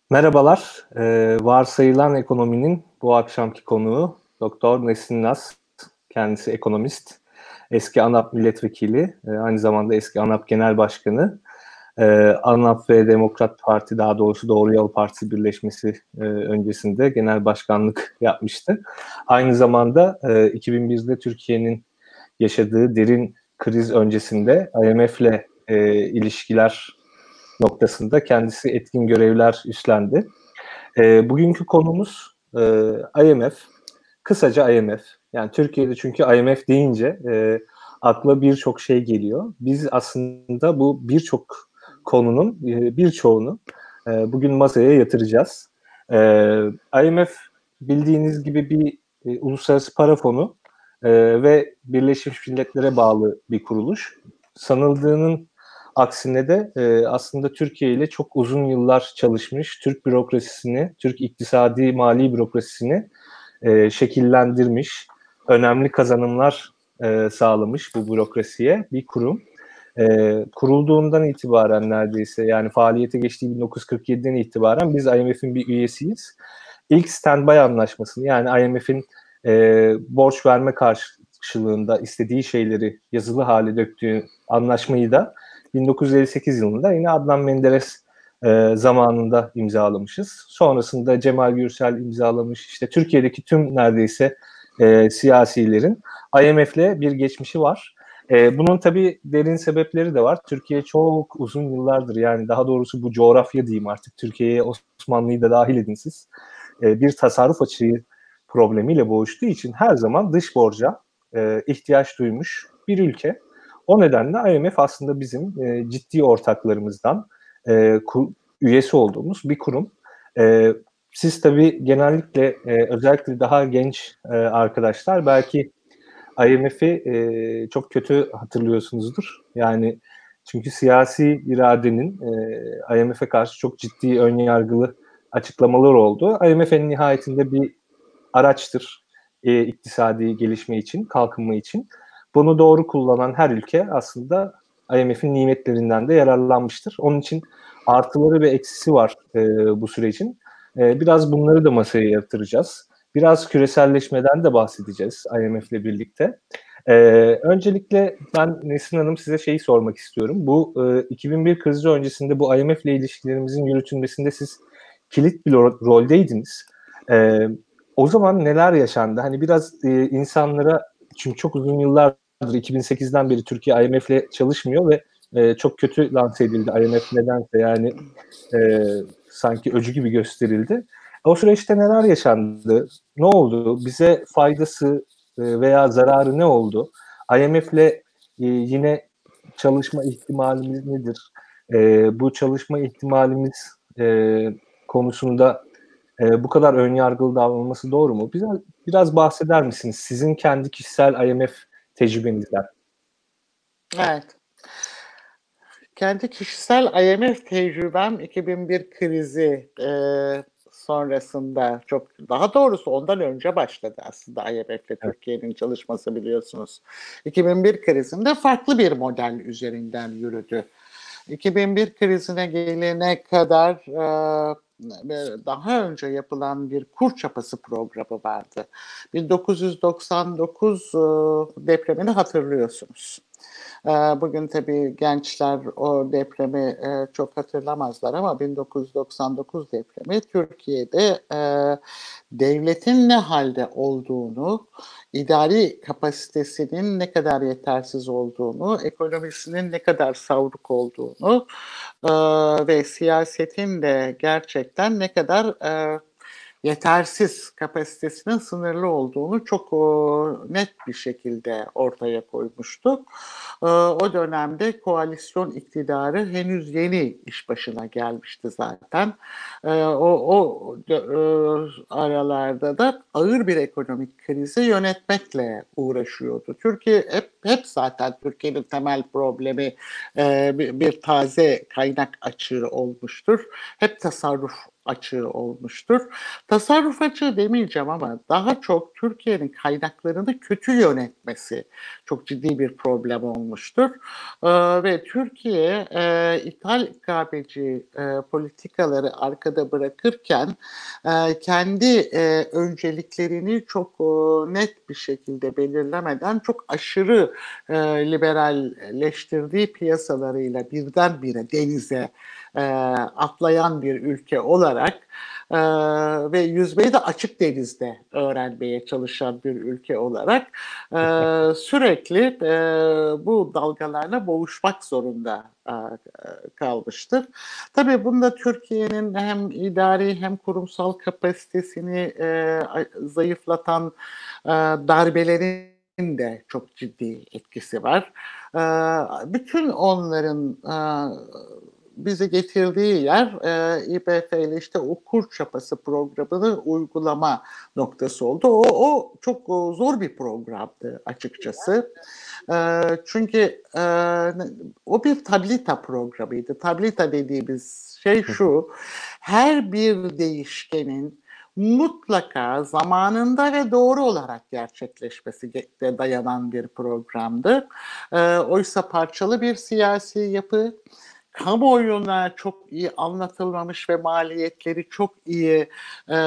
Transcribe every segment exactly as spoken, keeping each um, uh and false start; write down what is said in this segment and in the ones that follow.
Merhabalar. Ee, varsayılan ekonominin bu akşamki konuğu Doktor Nesin Naz. Kendisi ekonomist, eski ANAP milletvekili, e, aynı zamanda eski ANAP genel başkanı. Ee, ANAP ve Demokrat Parti, daha doğrusu Doğru Yol Partisi birleşmesi e, öncesinde genel başkanlık yapmıştı. Aynı zamanda e, iki bin birde Türkiye'nin yaşadığı derin kriz öncesinde I M F'le e, ilişkiler noktasında kendisi etkin görevler üstlendi. E, bugünkü konumuz e, I M F. Kısaca I M F. Yani Türkiye'de çünkü I M F deyince e, akla birçok şey geliyor. Biz aslında bu birçok konunun e, birçoğunu e, bugün masaya yatıracağız. E, I M F bildiğiniz gibi bir e, uluslararası para fonu e, ve Birleşmiş Milletler'e bağlı bir kuruluş. Sanıldığının aksine de e, aslında Türkiye ile çok uzun yıllar çalışmış, Türk bürokrasisini, Türk iktisadi mali bürokrasisini e, şekillendirmiş, önemli kazanımlar e, sağlamış bu bürokrasiye bir kurum. E, kurulduğundan itibaren neredeyse, yani faaliyete geçtiği bin dokuz yüz kırk yediden itibaren biz I M F'in bir üyesiyiz. İlk standby anlaşmasını, yani I M F'in e, borç verme karşılığında istediği şeyleri yazılı hale döktüğü anlaşmayı da bin dokuz yüz elli sekiz yılında yine Adnan Menderes e, zamanında imzalamışız. Sonrasında Cemal Gürsel imzalamış. İşte Türkiye'deki tüm neredeyse e, siyasilerin I M F'le bir geçmişi var. E, bunun tabii derin sebepleri de var. Türkiye çok uzun yıllardır, yani daha doğrusu bu coğrafya diyeyim artık, Türkiye'ye Osmanlı'yı da dahil edin siz, e, bir tasarruf açığı problemiyle boğuştuğu için her zaman dış borca e, ihtiyaç duymuş bir ülke. O nedenle I M F aslında bizim e, ciddi ortaklarımızdan, e, ku, üyesi olduğumuz bir kurum. E, siz tabii genellikle e, özellikle daha genç e, arkadaşlar belki I M F'i e, çok kötü hatırlıyorsunuzdur. Yani çünkü siyasi iradenin e, I M F'e karşı çok ciddi önyargılı açıklamalar oldu. I M F'in nihayetinde bir araçtır e, iktisadi gelişme için, kalkınma için. Bunu doğru kullanan her ülke aslında I M F'in nimetlerinden de yararlanmıştır. Onun için artıları ve eksisi var e, bu sürecin. E, biraz bunları da masaya yatıracağız. Biraz küreselleşmeden de bahsedeceğiz I M F'le birlikte. Ee, öncelikle ben Nesin Hanım size şeyi sormak istiyorum. Bu e, iki bin bir krizi öncesinde bu I M F'le ilişkilerimizin yürütülmesinde siz kilit bir ro- roldeydiniz. Ee, O zaman neler yaşandı? Hani biraz e, insanlara, çünkü çok uzun yıllardır, iki bin sekizden beri Türkiye I M F'le çalışmıyor ve e, çok kötü lanse edildi I M F nedense, yani e, sanki öcü gibi gösterildi. O süreçte neler yaşandı? Ne oldu? Bize faydası e, veya zararı ne oldu? I M F'le e, yine çalışma ihtimalimiz nedir? E, bu çalışma ihtimalimiz e, konusunda e, bu kadar önyargılı davranılması doğru mu? Bize biraz bahseder misiniz? Sizin kendi kişisel I M F tecrübenizden. Evet. Kendi kişisel I M F tecrübem iki bin bir krizi e, sonrasında, çok daha doğrusu ondan önce başladı aslında I M F ile Evet. Türkiye'nin çalışması, biliyorsunuz. iki bin bir krizinde farklı bir model üzerinden yürüdü. iki bin bir krizine gelene kadar e, daha önce yapılan bir kur çapası programı vardı. bin dokuz yüz doksan dokuz e, depremini hatırlıyorsunuz. Bugün tabii gençler o depremi çok hatırlamazlar ama bin dokuz yüz doksan dokuz depremi Türkiye'de devletin ne halde olduğunu, idari kapasitesinin ne kadar yetersiz olduğunu, ekonomisinin ne kadar savruk olduğunu ve siyasetin de gerçekten ne kadar yetersiz, kapasitesinin sınırlı olduğunu çok o, net bir şekilde ortaya koymuştu. E, o dönemde koalisyon iktidarı henüz yeni iş başına gelmişti zaten. E, o o e, aralarda da ağır bir ekonomik krizi yönetmekle uğraşıyordu. Türkiye hep hep zaten Türkiye'nin temel problemi e, bir, bir taze kaynak açığı olmuştur. Hep tasarruf açığı olmuştur. Tasarruf açığı demeyeceğim ama daha çok Türkiye'nin kaynaklarını kötü yönetmesi çok ciddi bir problem olmuştur. sunulmuştur. E, ve Türkiye e, ithal ikabeci e, politikaları arkada bırakırken e, kendi e, önceliklerini çok e, net bir şekilde belirlemeden çok aşırı e, liberalleştirdiği piyasalarıyla birdenbire denize e, atlayan bir ülke olarak e, ve yüzmeyi de açık denizde öğrenmeye çalışan bir ülke olarak e, sürekli e, bu dalgalarla boğuşmak zorunda e, kalmıştır. Tabii bunda Türkiye'nin hem idari hem kurumsal kapasitesini e, zayıflatan e, darbelerin de çok ciddi etkisi var. E, bütün onların e, bizi getirdiği yer e, İBF ile işte o kur çapası programını uygulama noktası oldu. O, o çok o, zor bir programdı açıkçası. E, çünkü e, o bir tablita programıydı. Tablita dediğimiz şey şu, her bir değişkenin mutlaka zamanında ve doğru olarak gerçekleşmesi de dayanan bir programdı. E, oysa parçalı bir siyasi yapı, kamuoyuna çok iyi anlatılmamış ve maliyetleri çok iyi e,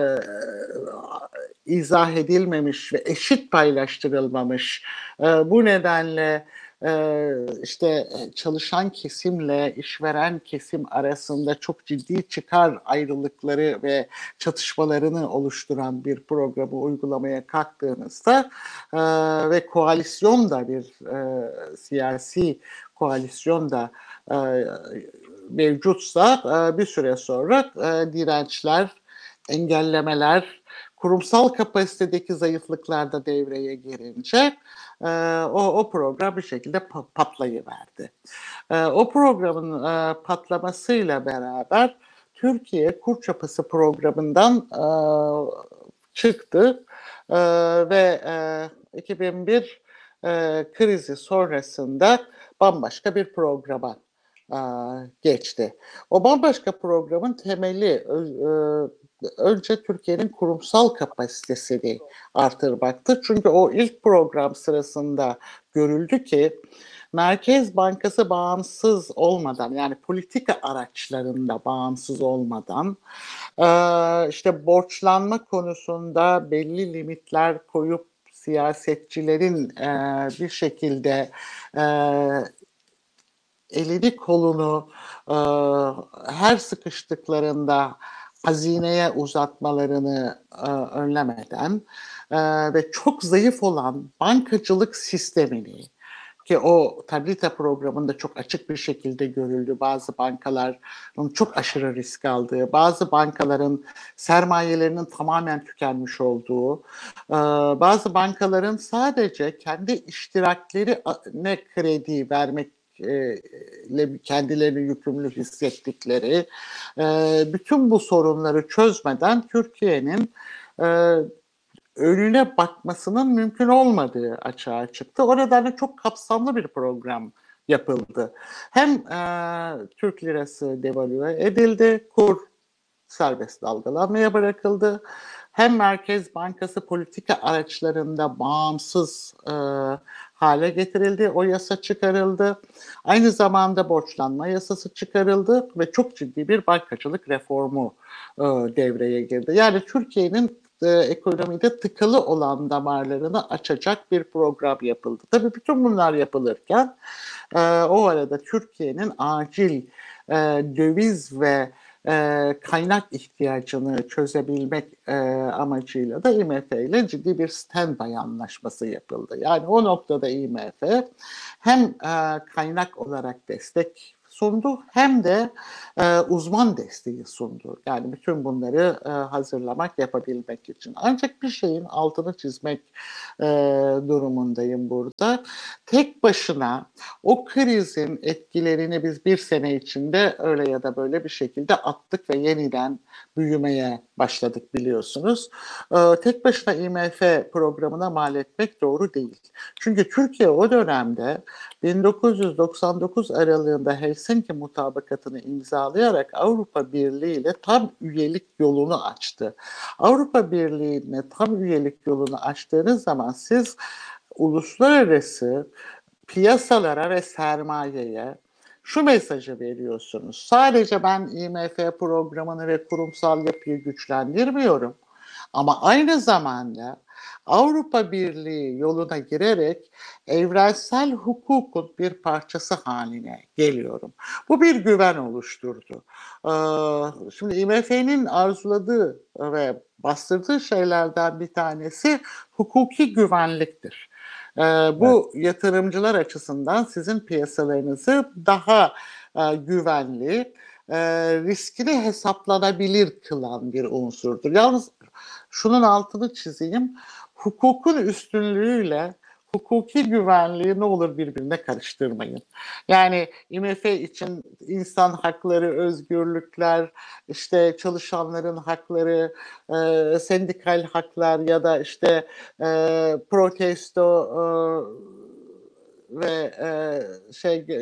izah edilmemiş ve eşit paylaştırılmamış. E, bu nedenle e, işte çalışan kesimle işveren kesim arasında çok ciddi çıkar ayrılıkları ve çatışmalarını oluşturan bir programı uygulamaya kalktığınızda e, ve koalisyon da bir e, siyasi koalisyon da e, mevcutsa e, bir süre sonra e, dirençler, engellemeler, kurumsal kapasitedeki zayıflıklar da devreye girince e, o, o program bir şekilde patlayıverdi. E, o programın e, patlamasıyla beraber Türkiye kur çapası programından e, çıktı e, ve e, iki bin bir e, krizi sonrasında bambaşka bir programa e, geçti. O bambaşka programın temeli e, önce Türkiye'nin kurumsal kapasitesini artırmaktı. Çünkü o ilk program sırasında görüldü ki Merkez Bankası bağımsız olmadan, yani politika araçlarında bağımsız olmadan, işte borçlanma konusunda belli limitler koyup siyasetçilerin bir şekilde elini kolunu her sıkıştıklarında hazineye uzatmalarını e, önlemeden e, ve çok zayıf olan bankacılık sistemini, ki o tablita programında çok açık bir şekilde görüldü. Bazı bankaların çok aşırı risk aldığı, bazı bankaların sermayelerinin tamamen tükenmiş olduğu, e, bazı bankaların sadece kendi iştiraklerine kredi vermek kendilerini yükümlü hissettikleri, bütün bu sorunları çözmeden Türkiye'nin önüne bakmasının mümkün olmadığı açığa çıktı. O nedenle çok kapsamlı bir program yapıldı. Hem e, Türk lirası devalüe edildi, kur serbest dalgalanmaya bırakıldı. Hem Merkez Bankası politika araçlarında bağımsız e, hale getirildi, o yasa çıkarıldı. Aynı zamanda borçlanma yasası çıkarıldı ve çok ciddi bir bankacılık reformu e, devreye girdi. Yani Türkiye'nin e, ekonomide tıkalı olan damarlarını açacak bir program yapıldı. Tabii bütün bunlar yapılırken e, o arada Türkiye'nin acil e, döviz ve e, kaynak ihtiyacını çözebilmek e, amacıyla da I M F ile ciddi bir standby anlaşması yapıldı. Yani o noktada I M F hem e, kaynak olarak destek sundu hem de e, uzman desteği sundu. Yani bütün bunları e, hazırlamak, yapabilmek için. Ancak bir şeyin altını çizmek e, durumundayım burada. Tek başına o krizin etkilerini biz bir sene içinde öyle ya da böyle bir şekilde attık ve yeniden büyümeye başladık, biliyorsunuz. E, tek başına I M F programına mal etmek doğru değil. Çünkü Türkiye o dönemde bin dokuz yüz doksan dokuz aralığında Helsinki mutabakatını imzalayarak Avrupa Birliği ile tam üyelik yolunu açtı. Avrupa Birliği'ne tam üyelik yolunu açtığınız zaman siz uluslararası piyasalara ve sermayeye şu mesajı veriyorsunuz. Sadece ben I M F programını ve kurumsal yapıyı güçlendirmiyorum. Ama aynı zamanda Avrupa Birliği yoluna girerek evrensel hukukun bir parçası haline geliyorum. Bu bir güven oluşturdu. Şimdi I M F'nin arzuladığı ve bastırdığı şeylerden bir tanesi hukuki güvenliktir. Bu evet. Yatırımcılar açısından sizin piyasalarınızı daha güvenli, riskini hesaplanabilir kılan bir unsurdur. Yalnız şunun altını çizeyim, hukukun üstünlüğüyle hukuki güvenliği ne olur birbirine karıştırmayın. Yani I M F için insan hakları, özgürlükler, işte çalışanların hakları, e, sendikal haklar ya da işte e, protesto e, ve e, şey e,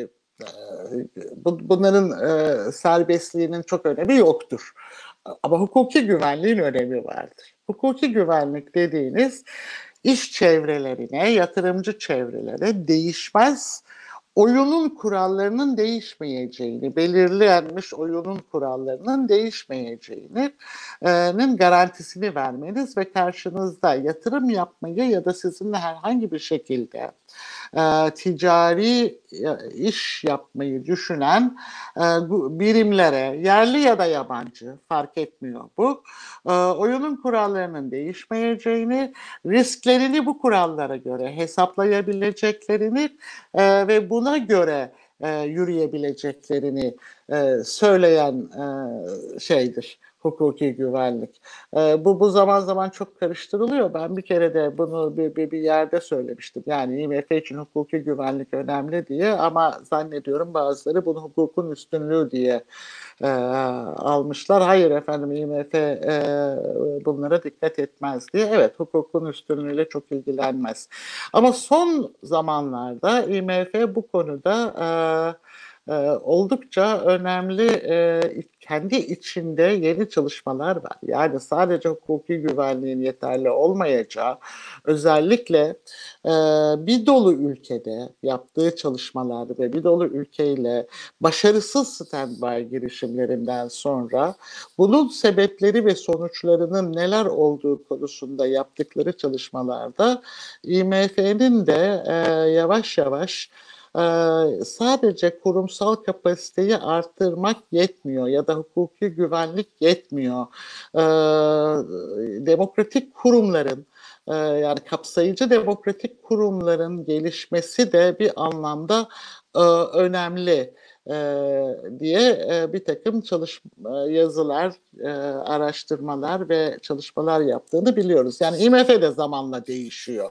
bunların e, serbestliğinin çok önemi yoktur. Ama hukuki güvenliğin önemi vardır. Hukuki güvenlik dediğiniz iş çevrelerine, yatırımcı çevrelere değişmez oyunun kurallarının değişmeyeceğini, belirlenmiş oyunun kurallarının değişmeyeceğinin garantisini vermeniz ve karşınızda yatırım yapmayı ya da sizinle herhangi bir şekilde e, ticari e, iş yapmayı düşünen e, birimlere, yerli ya da yabancı fark etmiyor bu, e, oyunun kurallarının değişmeyeceğini, risklerini bu kurallara göre hesaplayabileceklerini e, ve buna göre e, yürüyebileceklerini e, söyleyen e, şeydir. Hukuki güvenlik. Ee, bu bu zaman zaman çok karıştırılıyor. Ben bir kere de bunu bir, bir, bir yerde söylemiştim. Yani I M F için hukuki güvenlik önemli diye, ama zannediyorum bazıları bunu hukukun üstünlüğü diye e, almışlar. Hayır efendim, I M F e, bunlara dikkat etmez diye. Evet, hukukun üstünlüğüyle çok ilgilenmez. Ama son zamanlarda I M F bu konuda e, e, oldukça önemli, e, kendi içinde yeni çalışmalar var. Yani sadece hukuki güvenliğin yeterli olmayacağı, özellikle e, bir dolu ülkede yaptığı çalışmalar ve bir dolu ülkeyle başarısız stand-by girişimlerinden sonra bunun sebepleri ve sonuçlarının neler olduğu konusunda yaptıkları çalışmalarda I M F'nin de e, yavaş yavaş Ee, sadece kurumsal kapasiteyi arttırmak yetmiyor ya da hukuki güvenlik yetmiyor. Ee, demokratik kurumların, e, yani kapsayıcı demokratik kurumların gelişmesi de bir anlamda e, önemli e, diye e, bir takım çalışma, yazılar, e, araştırmalar ve çalışmalar yaptığını biliyoruz. Yani I M F de zamanla değişiyor.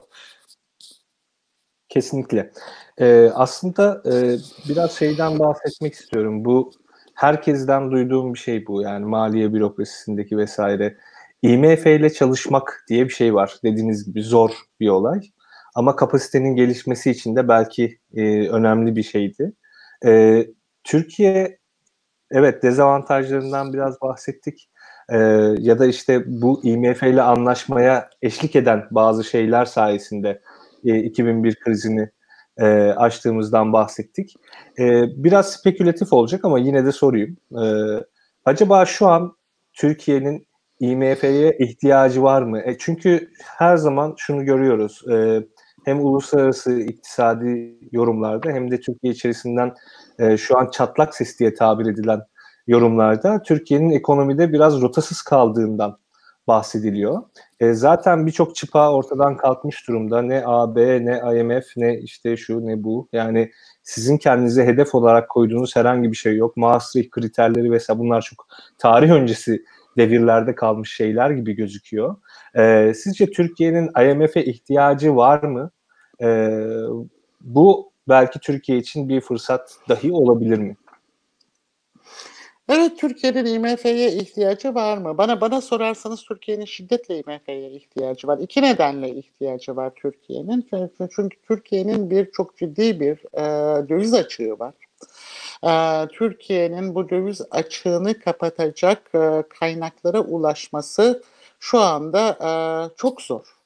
Kesinlikle. Ee, aslında e, biraz şeyden bahsetmek istiyorum. Bu herkesten duyduğum bir şey bu. Yani maliye bürokrasisindeki vesaire. I M F ile çalışmak diye bir şey var. Dediğiniz gibi zor bir olay. Ama kapasitenin gelişmesi için de belki e, önemli bir şeydi. E, Türkiye, evet, dezavantajlarından biraz bahsettik. E, ya da işte bu I M F ile anlaşmaya eşlik eden bazı şeyler sayesinde iki bin bir krizini e, açtığımızdan bahsettik. E, biraz spekülatif olacak ama yine de sorayım. E, acaba şu an Türkiye'nin I M F'ye ihtiyacı var mı? E, çünkü her zaman şunu görüyoruz. E, hem uluslararası iktisadi yorumlarda hem de Türkiye içerisinden e, şu an çatlak ses diye tabir edilen yorumlarda Türkiye'nin ekonomide biraz rotasız kaldığından bahsediliyor. E, zaten birçok çıpa ortadan kalkmış durumda. Ne A B, ne I M F, ne işte şu, ne bu. Yani sizin kendinize hedef olarak koyduğunuz herhangi bir şey yok. Maastricht kriterleri vesaire, bunlar çok tarih öncesi devirlerde kalmış şeyler gibi gözüküyor. E, sizce Türkiye'nin I M F'e ihtiyacı var mı? E, bu belki Türkiye için bir fırsat dahi olabilir mi? Evet, Türkiye'nin I M F'ye ihtiyacı var mı? Bana bana sorarsanız Türkiye'nin şiddetle I M F'ye ihtiyacı var. İki nedenle ihtiyacı var Türkiye'nin. Çünkü, çünkü Türkiye'nin bir çok ciddi bir e, döviz açığı var. E, Türkiye'nin bu döviz açığını kapatacak e, kaynaklara ulaşması şu anda e, çok zor.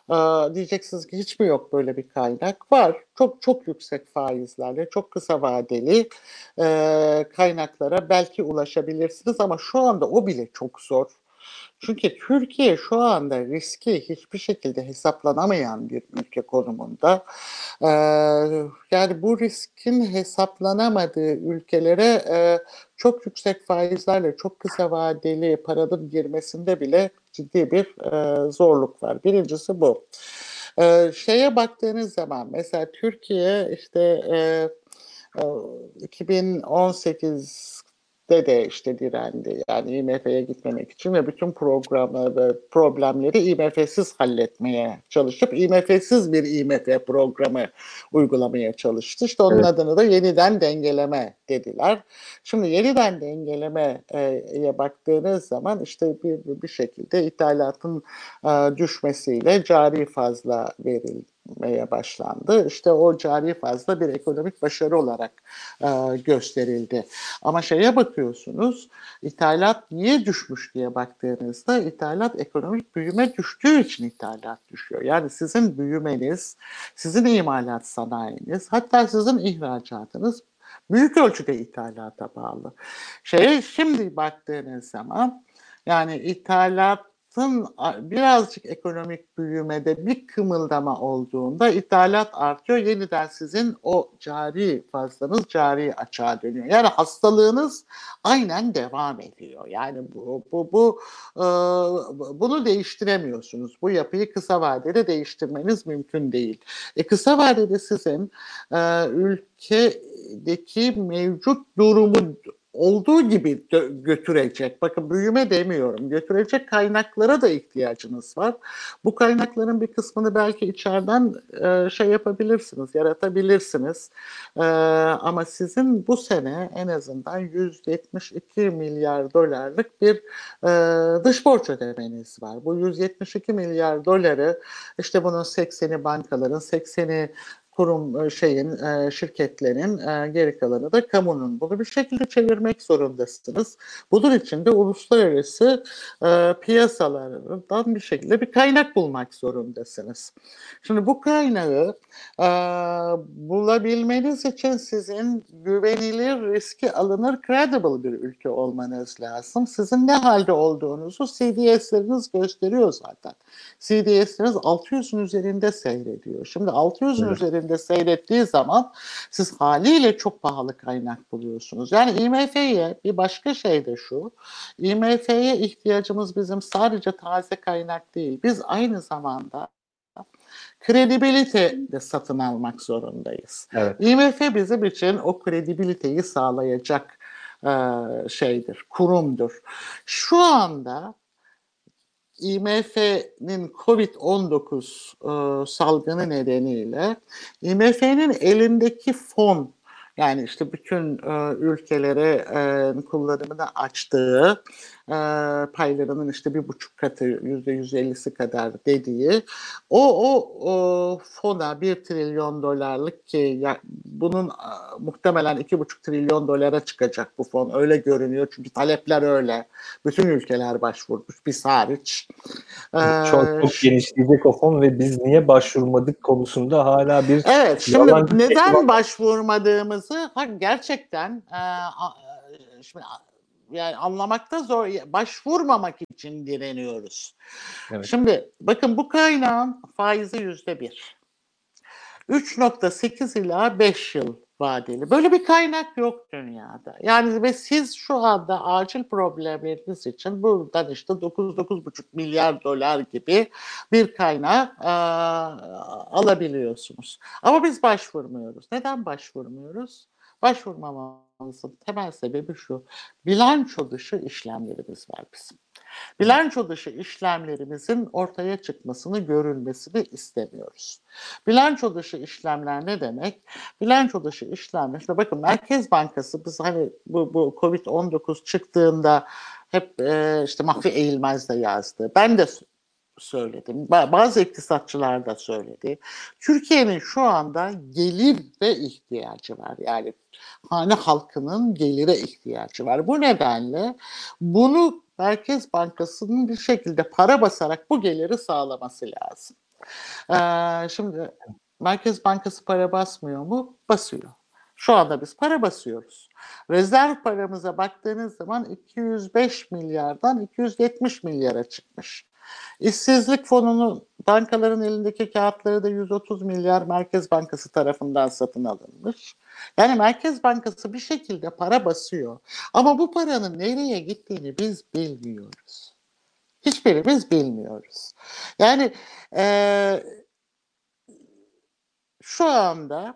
Ee, diyeceksiniz ki hiç mi yok böyle bir kaynak? Var. Çok çok yüksek faizlerle, çok kısa vadeli e, kaynaklara belki ulaşabilirsiniz ama şu anda o bile çok zor. Çünkü Türkiye şu anda riski hiçbir şekilde hesaplanamayan bir ülke konumunda. Ee, yani bu riskin hesaplanamadığı ülkelere e, çok yüksek faizlerle çok kısa vadeli paranın girmesinde bile ciddi bir e, zorluk var. Birincisi bu. Ee, şeye baktığınız zaman mesela Türkiye işte e, e, iki bin on sekizde de işte direndi. Yani I M F'ye gitmemek için ve bütün programları, problemleri I M F'siz halletmeye çalışıp I M F'siz bir I M F programı uygulamaya çalıştı. İşte onun Evet. adını da yeniden dengeleme dediler. Şimdi yeniden dengelemeye baktığınız zaman işte bir, bir şekilde ithalatın e, düşmesiyle cari fazla verilmeye başlandı. İşte o cari fazla bir ekonomik başarı olarak e, gösterildi. Ama şeye bakıyorsunuz, ithalat niye düşmüş diye baktığınızda ithalat ekonomik büyüme düştüğü için ithalat düşüyor. Yani sizin büyümeniz, sizin imalat sanayiniz, hatta sizin ihracatınız büyük ölçüde ithalata bağlı. Şeye şimdi baktığınız zaman yani ithalatın birazcık ekonomik büyümede bir kımıldama olduğunda ithalat artıyor. Yeniden sizin o cari fazlanız cari açığa dönüyor. Yani hastalığınız aynen devam ediyor. Yani bu, bu, bu e, bunu değiştiremiyorsunuz. Bu yapıyı kısa vadede değiştirmeniz mümkün değil. E, kısa vadede sizin e, ülkedeki mevcut durumu olduğu gibi götürecek, bakın büyüme demiyorum, götürecek kaynaklara da ihtiyacınız var. Bu kaynakların bir kısmını belki içeriden e, şey yapabilirsiniz, yaratabilirsiniz. E, ama sizin bu sene en azından yüz yetmiş iki milyar dolarlık bir e, dış borç ödemeniz var. Bu yüz yetmiş iki milyar doları işte bunun sekseni bankaların, sekseni kurum şeyin şirketlerin geri kalanı da kamunun. Bunu bir şekilde çevirmek zorundasınız. Bunun için de uluslararası e, piyasalardan bir şekilde bir kaynak bulmak zorundasınız. Şimdi bu kaynağı e, bulabilmeniz için sizin güvenilir, riski alınır, credible bir ülke olmanız lazım. Sizin ne halde olduğunuzu C D S'leriniz gösteriyor zaten. C D S'leriniz altı yüzün üzerinde seyrediyor. Şimdi altı yüzün evet. üzerinde seyrettiği zaman siz haliyle çok pahalı kaynak buluyorsunuz. Yani I M F'ye bir başka şey de şu, I M F'ye ihtiyacımız bizim sadece taze kaynak değil. Biz aynı zamanda kredibilite de satın almak zorundayız. Evet. I M F bizim için o kredibiliteyi sağlayacak e, şeydir, kurumdur. Şu anda I M F'nin covid on dokuz e, salgını nedeniyle I M F'nin elindeki fon, yani işte bütün e, ülkelere e, kullanımını açtığı e, paylarının işte bir buçuk katı, yüzde yüz ellisi kadar dediği o, o, o fona bir trilyon dolarlık ki ya, bunun a, muhtemelen iki buçuk trilyon dolara çıkacak bu fon, öyle görünüyor çünkü talepler öyle. Bütün ülkeler başvurmuş, biz hariç. Ee, çok çok genişleyecek o fon ve biz niye başvurmadık konusunda hala bir evet. Şimdi neden başvurmadığımızı gerçekten e, şimdi yani anlamakta zor. Başvurmamak için direniyoruz. Evet. Şimdi bakın bu kaynağın faizi yüzde bir. üç nokta sekiz ila beş yıl vadeli. Böyle bir kaynak yok dünyada. Yani ve siz şu anda acil problemleriniz için buradan işte dokuz dokuz buçuk milyar dolar gibi bir kaynağı e, alabiliyorsunuz. Ama biz başvurmuyoruz. Neden başvurmuyoruz? Başvurmamamızın temel sebebi şu: bilanço dışı işlemlerimiz var bizim. Bilanço dışı işlemlerimizin ortaya çıkmasını, görülmesini istemiyoruz. Bilanço dışı işlemler ne demek? Bilanço dışı işlemler, işte bakın Merkez Bankası, biz hani bu, bu covid on dokuz çıktığında hep e, işte Mahfi Eğilmez de yazdı. Ben de söyledim. Bazı iktisatçılar da söyledi. Türkiye'nin şu anda gelir ve ihtiyacı var. Yani hane halkının gelire ihtiyacı var. Bu nedenle bunu Merkez Bankası'nın bir şekilde para basarak bu geliri sağlaması lazım. Ee, şimdi Merkez Bankası para basmıyor mu? Basıyor. Şu anda biz para basıyoruz. Rezerv paramıza baktığınız zaman iki yüz beş milyardan iki yüz yetmiş milyara çıkmış. İşsizlik fonunun bankaların elindeki kağıtları da yüz otuz milyar Merkez Bankası tarafından satın alınmış. Yani Merkez Bankası bir şekilde para basıyor. Ama bu paranın nereye gittiğini biz bilmiyoruz. Hiçbirimiz bilmiyoruz. Yani e, şu anda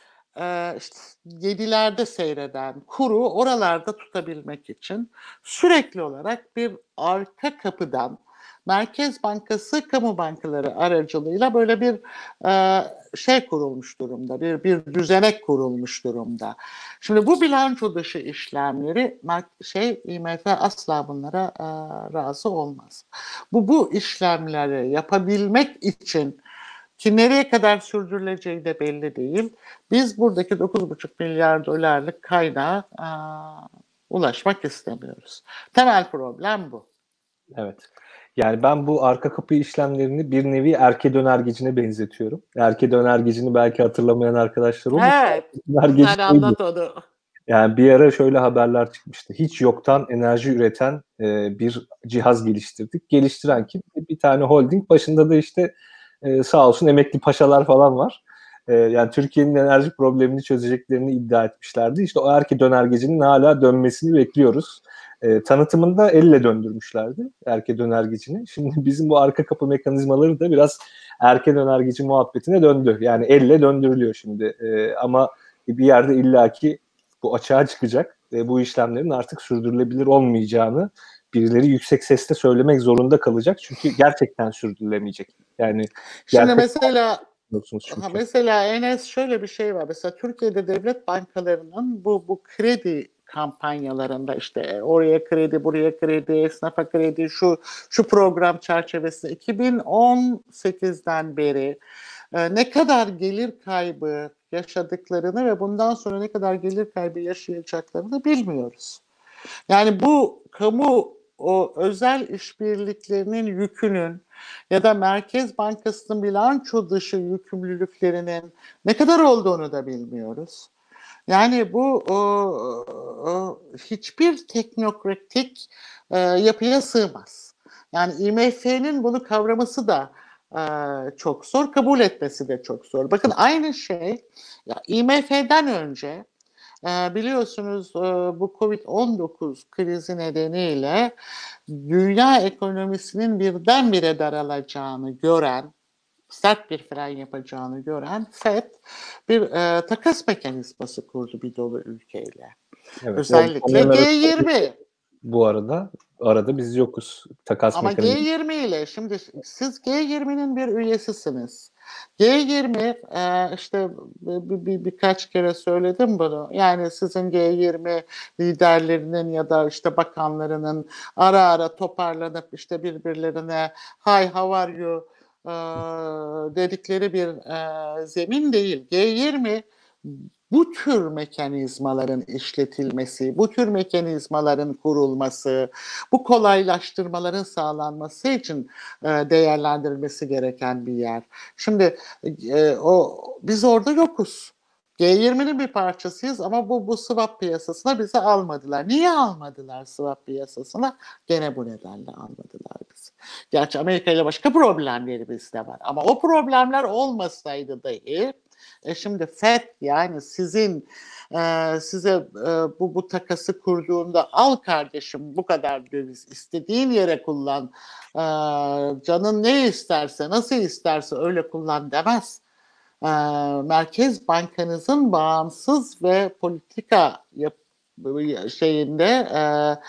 e, işte yedilerde seyreden kuru oralarda tutabilmek için sürekli olarak bir arka kapıdan Merkez Bankası kamu bankaları aracılığıyla böyle bir e, şey kurulmuş durumda, bir bir düzenek kurulmuş durumda. Şimdi bu bilanço dışı işlemleri şey I M F asla bunlara e, razı olmaz. Bu bu işlemleri yapabilmek için ki nereye kadar sürdürüleceği de belli değil. Biz buradaki dokuz buçuk milyar dolarlık kaynağa aa, ulaşmak istemiyoruz. Temel problem bu. Evet. Yani ben bu arka kapı işlemlerini bir nevi erke dönergecine benzetiyorum. Erke dönergecini belki hatırlamayan arkadaşlar olur. Evet. Dönergeci Sen anlat onu. Yani bir ara şöyle haberler çıkmıştı. Hiç yoktan enerji üreten e, bir cihaz geliştirdik. Geliştiren kim? Bir tane holding. Başında da işte e, sağ olsun emekli paşalar falan var. E, yani Türkiye'nin enerji problemini çözeceklerini iddia etmişlerdi. İşte o erke dönergecinin hala dönmesini bekliyoruz. E, tanıtımında elle döndürmüşlerdi erke dönergecini. Şimdi bizim bu arka kapı mekanizmaları da biraz erke dönergeci muhabbetine döndü. Yani elle döndürülüyor şimdi. E, ama bir yerde illaki bu açığa çıkacak ve bu işlemlerin artık sürdürülebilir olmayacağını birileri yüksek sesle söylemek zorunda kalacak. Çünkü gerçekten sürdürülemeyecek. Yani Şimdi mesela çünkü. mesela Enes şöyle bir şey var. Mesela Türkiye'de devlet bankalarının bu bu kredi kampanyalarında işte oraya kredi, buraya kredi, esnafa kredi, şu şu program çerçevesinde iki bin on sekizden beri e, ne kadar gelir kaybı yaşadıklarını ve bundan sonra ne kadar gelir kaybı yaşayacaklarını bilmiyoruz. Yani bu kamu o özel işbirliklerinin yükünün ya da Merkez Bankası'nın bilanço dışı yükümlülüklerinin ne kadar olduğunu da bilmiyoruz. Yani bu o, o, hiçbir teknokratik e, yapıya sığmaz. Yani I M F'nin bunu kavraması da e, çok zor, kabul etmesi de çok zor. Bakın aynı şey ya, I M F'den önce e, biliyorsunuz e, bu kovid on dokuz krizi nedeniyle dünya ekonomisinin birdenbire daralacağını gören, sert bir fren yapacağını gören Fed bir e, takas mekanizması kurdu bir dolu ülkeyle. Evet, Özellikle G yirmi. Bu arada arada biz yokuz. Takas Ama mekanizması. G yirmi ile şimdi siz G yirminin bir üyesisiniz. G yirmi e, işte bir, bir, birkaç kere söyledim bunu. Yani sizin G yirmi liderlerinin ya da işte bakanlarının ara ara toparlanıp işte birbirlerine hi how are you e, dedikleri bir e, zemin değil. G yirmi bu tür mekanizmaların işletilmesi, bu tür mekanizmaların kurulması, bu kolaylaştırmaların sağlanması için e, değerlendirilmesi gereken bir yer. Şimdi e, o biz orada yokuz. G yirminin bir parçasıyız ama bu bu swap piyasasına bizi almadılar. Niye almadılar swap piyasasına? Gene bu nedenle almadılar bizi. Gerçi Amerika ile başka problemlerimiz de var ama o problemler olmasaydı dahi e şimdi Fed yani sizin e, size e, bu bu takası kurduğunda al kardeşim bu kadar döviz istediğin yere kullan e, canın ne isterse nasıl isterse öyle kullan demez. E, Merkez Bankanızın bağımsız ve politika yap şeyinde e,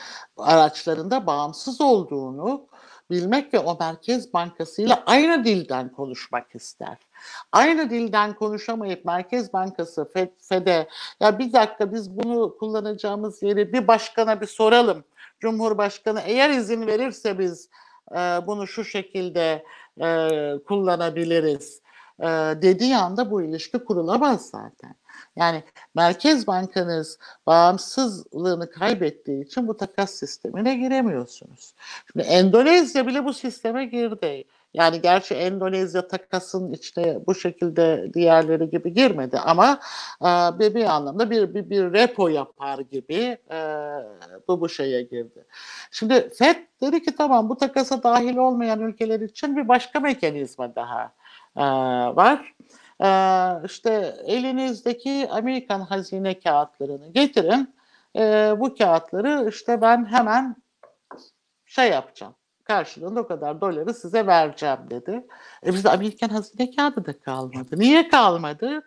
araçlarında bağımsız olduğunu bilmek ve o Merkez Bankası ile aynı dilden konuşmak ister. Aynı dilden konuşamayıp Merkez Bankası Fed, Fed'e ya bir dakika biz bunu kullanacağımız yeri bir başkana bir soralım. Cumhurbaşkanı eğer izin verirse biz e, bunu şu şekilde e, kullanabiliriz e, dediği anda bu ilişki kurulamaz zaten. Yani Merkez Bankanız bağımsızlığını kaybettiği için bu takas sistemine giremiyorsunuz. Şimdi Endonezya bile bu sisteme girdi. Yani gerçi Endonezya takasın içine bu şekilde diğerleri gibi girmedi ama e, bir, bir anlamda bir, bir, bir repo yapar gibi e, bu bu şeye girdi. Şimdi Fed dedi ki tamam, bu takasa dahil olmayan ülkeler için bir başka mekanizma daha e, var. Ee, işte elinizdeki Amerikan hazine kağıtlarını getirin. Ee, bu kağıtları işte ben hemen şey yapacağım. Karşılığında o kadar doları size vereceğim dedi. E bizde Amerikan hazine kağıdı da kalmadı. Niye kalmadı?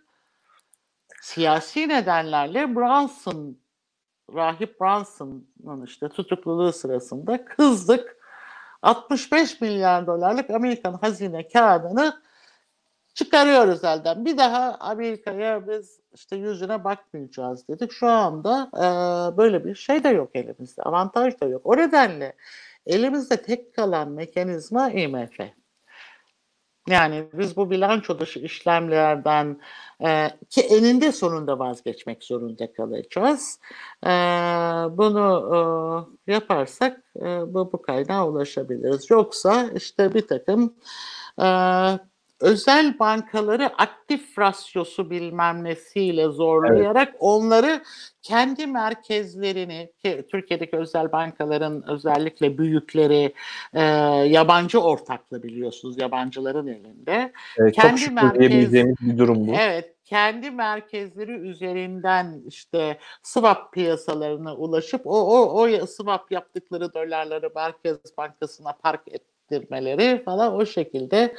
Siyasi nedenlerle Brunson, Rahip Brunson'un işte tutukluluğu sırasında kızdık. altmış beş milyar dolarlık Amerikan hazine kağıdını çıkarıyoruz elden. Bir daha Amerika'ya biz işte yüzüne bakmayacağız dedik. Şu anda e, böyle bir şey de yok elimizde. Avantaj da yok. O nedenle elimizde tek kalan mekanizma I M F. Yani biz bu bilanço dışı işlemlerden e, ki eninde sonunda vazgeçmek zorunda kalacağız. E, bunu e, yaparsak e, bu, bu kaynağa ulaşabiliriz. Yoksa işte bir takım e, özel bankaları aktif rasyosu bilmem nesiyle Evet. zorlayarak onları kendi merkezlerini, ki Türkiye'deki özel bankaların özellikle büyükleri e, yabancı ortaklı biliyorsunuz, yabancıların elinde. E, çok Kendi şükür merkez diyebileceğimiz bir durum bu. Evet, kendi merkezleri üzerinden işte swap piyasalarına ulaşıp o o o swap yaptıkları dolarları Merkez Bankası'na park ettirmeleri falan, o şekilde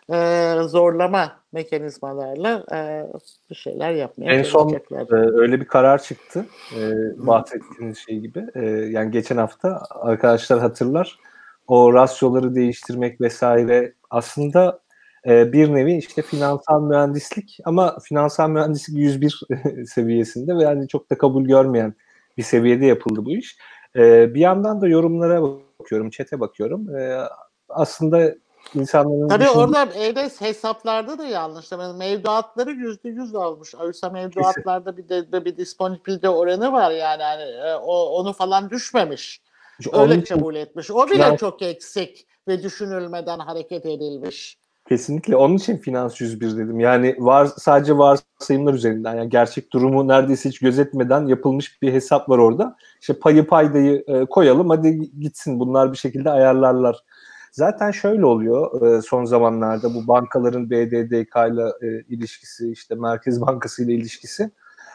e, zorlama mekanizmalarla e, bir şeyler yapmaya En son çalışacaklar. e, öyle bir karar çıktı. E, bahsettiğiniz şey gibi. E, yani geçen hafta arkadaşlar hatırlar. O rasyoları değiştirmek vesaire aslında e, bir nevi işte finansal mühendislik, ama finansal mühendislik yüz bir seviyesinde ve yani çok da kabul görmeyen bir seviyede yapıldı bu iş. E, bir yandan da yorumlara bakıyorum, chat'e bakıyorum. E, aslında insanların Tabii düşündüğü orada Edes hesaplarda da yanlış. Yani mevduatları yüzde yüz almış. Oysa kesin. mevduatlarda bir de bir disponibilite oranı var yani. Hani, e, o, onu falan düşmemiş. Onun Öyle için kabul etmiş. O bile finans çok eksik ve düşünülmeden hareket edilmiş. Kesinlikle. Onun için Finans yüz bir dedim. Yani var, sadece varsayımlar üzerinden, yani gerçek durumu neredeyse hiç gözetmeden yapılmış bir hesap var orada. İşte payı paydayı e, koyalım, hadi gitsin, bunlar bir şekilde ayarlarlar. Zaten şöyle oluyor e, son zamanlarda bu bankaların B D D K ile e, ilişkisi, işte Merkez Bankası ile ilişkisi.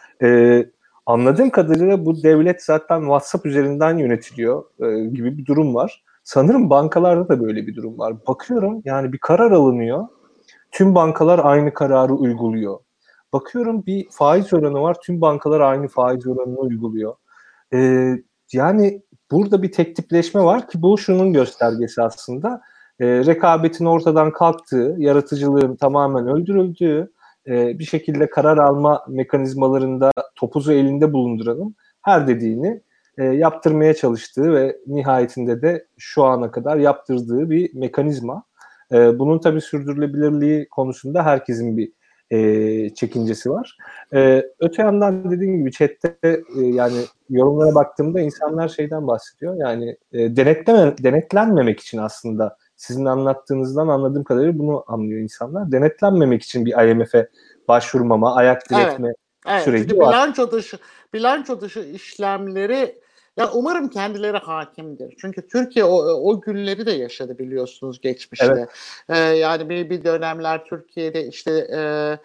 E, anladığım kadarıyla bu devlet zaten WhatsApp üzerinden yönetiliyor e, gibi bir durum var. Sanırım bankalarda da böyle bir durum var. Bakıyorum yani bir karar alınıyor. Tüm bankalar aynı kararı uyguluyor. Bakıyorum bir faiz oranı var. Tüm bankalar aynı faiz oranını uyguluyor. Ee, yani burada bir tek tipleşme var ki bu şunun göstergesi aslında. Ee, rekabetin ortadan kalktığı, yaratıcılığın tamamen öldürüldüğü, e, bir şekilde karar alma mekanizmalarında topuzu elinde bulunduranın her dediğini e, yaptırmaya çalıştığı ve nihayetinde de şu ana kadar yaptırdığı bir mekanizma. E, bunun tabii sürdürülebilirliği konusunda herkesin bir e, çekincesi var. E, öte yandan dediğim gibi chatte e, yani yorumlara baktığımda insanlar şeyden bahsediyor. Yani e, denetleme, denetlenmemek için aslında sizin anlattığınızdan anladığım kadarıyla bunu anlıyor insanlar. Denetlenmemek için bir I M F'e başvurmama, ayak Evet. diretme Evet. süreci Çünkü var. bilanço dışı bilanço dışı işlemleri, ya umarım kendileri hakimdir. Çünkü Türkiye o, o günleri de yaşadı biliyorsunuz Evet, geçmişte. Ee, yani bir, bir dönemler Türkiye'de işte e,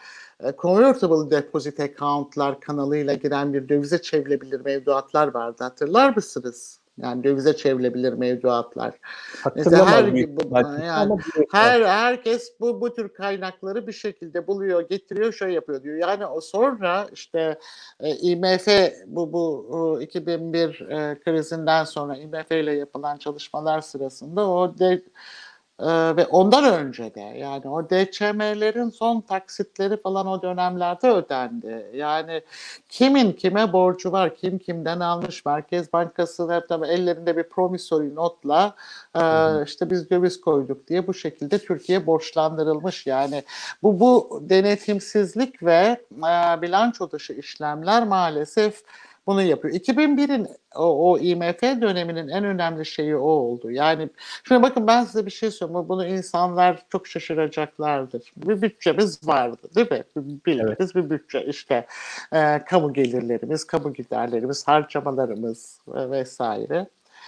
e, convertible deposit account'lar kanalıyla giren bir dövize çevrilebilir mevduatlar vardı. Hatırlar mısınız? Yani dövize çevrilebilir mevduatlar. Mesela her hatırlamaz büyük bu, ihtimal kimse yani ama biliyorsun az her çok. herkes bu bu tür kaynakları bir şekilde buluyor, getiriyor, şöyle yapıyor diyor. Yani o sonra işte e, I M F bu bu e, iki bin bir e, krizinden sonra I M F ile yapılan çalışmalar sırasında o de, Ee, ve ondan önce de yani o D Ç M'lerin son taksitleri falan o dönemlerde ödendi. Yani kimin kime borcu var, kim kimden almış, Merkez Bankası tabii ellerinde bir promissory notla e, Hı hı. işte biz döviz koyduk diye bu şekilde Türkiye borçlandırılmış. Yani bu bu denetimsizlik ve e, bilanço dışı işlemler maalesef bunu yapıyor. iki bin birin o, o I M F döneminin en önemli şeyi o oldu. Yani şimdi bakın ben size bir şey söyleyeyim. Bunu insanlar çok şaşıracaklardır. Bir bütçemiz vardı değil mi? Evet. Bildiğiniz bir bütçe. İşte e, kamu gelirlerimiz, kamu giderlerimiz, harcamalarımız e, vesaire.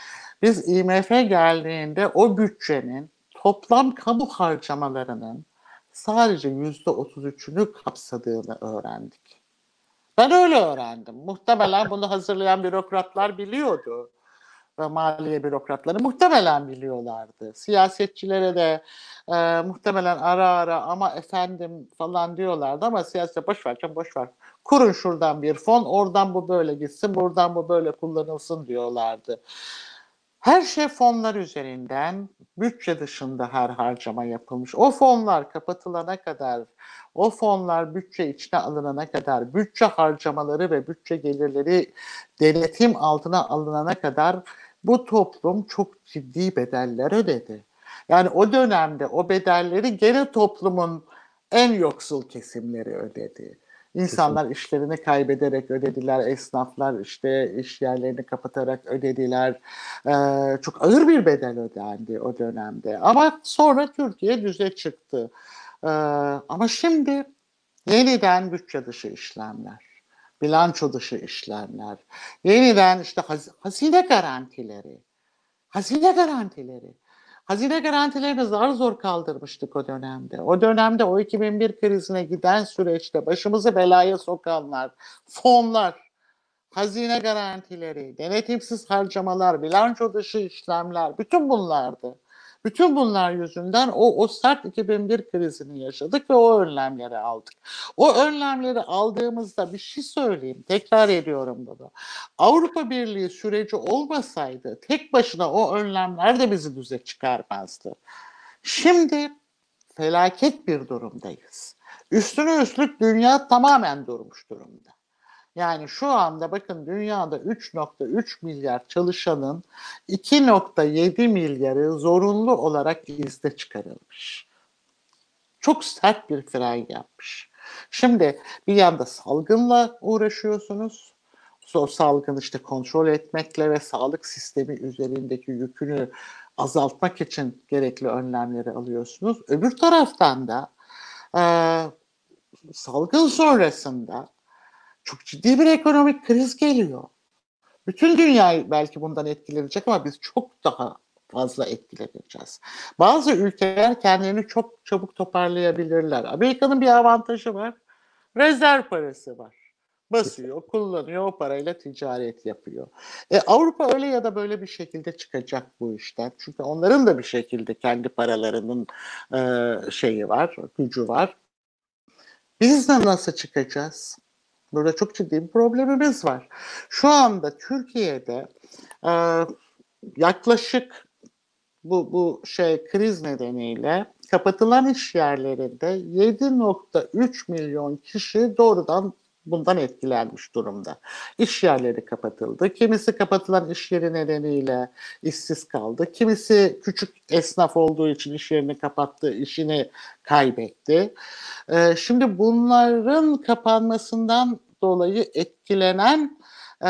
Biz I M F geldiğinde o bütçenin toplam kamu harcamalarının sadece yüzde otuz üçünü kapsadığını öğrendik. Ben öyle öğrendim. Muhtemelen bunu hazırlayan bürokratlar biliyordu. Ve maliye bürokratları muhtemelen biliyorlardı. Siyasetçilere de e, muhtemelen ara ara ama efendim falan diyorlardı ama siyasete boş ver canım boş ver. Kurun şuradan bir fon, oradan bu böyle gitsin, buradan bu böyle kullanılsın diyorlardı. Her şey fonlar üzerinden, bütçe dışında her harcama yapılmış. O fonlar kapatılana kadar, o fonlar bütçe içine alınana kadar, bütçe harcamaları ve bütçe gelirleri denetim altına alınana kadar bu toplum çok ciddi bedeller ödedi. Yani o dönemde o bedelleri gene toplumun en yoksul kesimleri ödedi. Kesinlikle. İnsanlar işlerini kaybederek ödediler, esnaflar işte iş yerlerini kapatarak ödediler. Ee, çok ağır bir bedel ödendi o dönemde. Ama sonra Türkiye düze çıktı. Ee, ama şimdi yeniden bütçe dışı işlemler, bilanço dışı işlemler, yeniden işte haz- hazine garantileri, hazine garantileri. Hazine garantilerini zar zor kaldırmıştık o dönemde. O dönemde o iki bin bir krizine giden süreçte başımızı belaya sokanlar, fonlar, hazine garantileri, denetimsiz harcamalar, bilanço dışı işlemler, bütün bunlardı. Bütün bunlar yüzünden o, o sert iki bin bir krizini yaşadık ve o önlemleri aldık. O önlemleri aldığımızda bir şey söyleyeyim, tekrar ediyorum bunu. Avrupa Birliği süreci olmasaydı tek başına o önlemler de bizi düze çıkarmazdı. Şimdi felaket bir durumdayız. Üstüne üstlük dünya tamamen durmuş durumda. Yani şu anda bakın dünyada üç nokta üç milyar çalışanın iki nokta yedi milyarı zorunlu olarak izne çıkarılmış. Çok sert bir fren yapmış. Şimdi bir yanda salgınla uğraşıyorsunuz. O salgını işte kontrol etmekle ve sağlık sistemi üzerindeki yükünü azaltmak için gerekli önlemleri alıyorsunuz. Öbür taraftan da e, salgın sonrasında çok ciddi bir ekonomik kriz geliyor. Bütün dünya belki bundan etkilenecek ama biz çok daha fazla etkileneceğiz. Bazı ülkeler kendilerini çok çabuk toparlayabilirler. Amerika'nın bir avantajı var. Rezerv parası var. Kesinlikle. Basıyor, kullanıyor, o parayla ticaret yapıyor. E, Avrupa öyle ya da böyle bir şekilde çıkacak bu işten. Çünkü onların da bir şekilde kendi paralarının e, şeyi var, gücü var. Biz de nasıl çıkacağız? Burada çok ciddi bir problemimiz var. Şu anda Türkiye'de e, yaklaşık bu bu şey kriz nedeniyle kapatılan iş yerlerinde yedi nokta üç milyon kişi doğrudan bundan etkilenmiş durumda. İş yerleri kapatıldı. Kimisi kapatılan iş yeri nedeniyle işsiz kaldı. Kimisi küçük esnaf olduğu için iş yerini kapattı, işini kaybetti. Ee, şimdi bunların kapanmasından dolayı etkilenen e,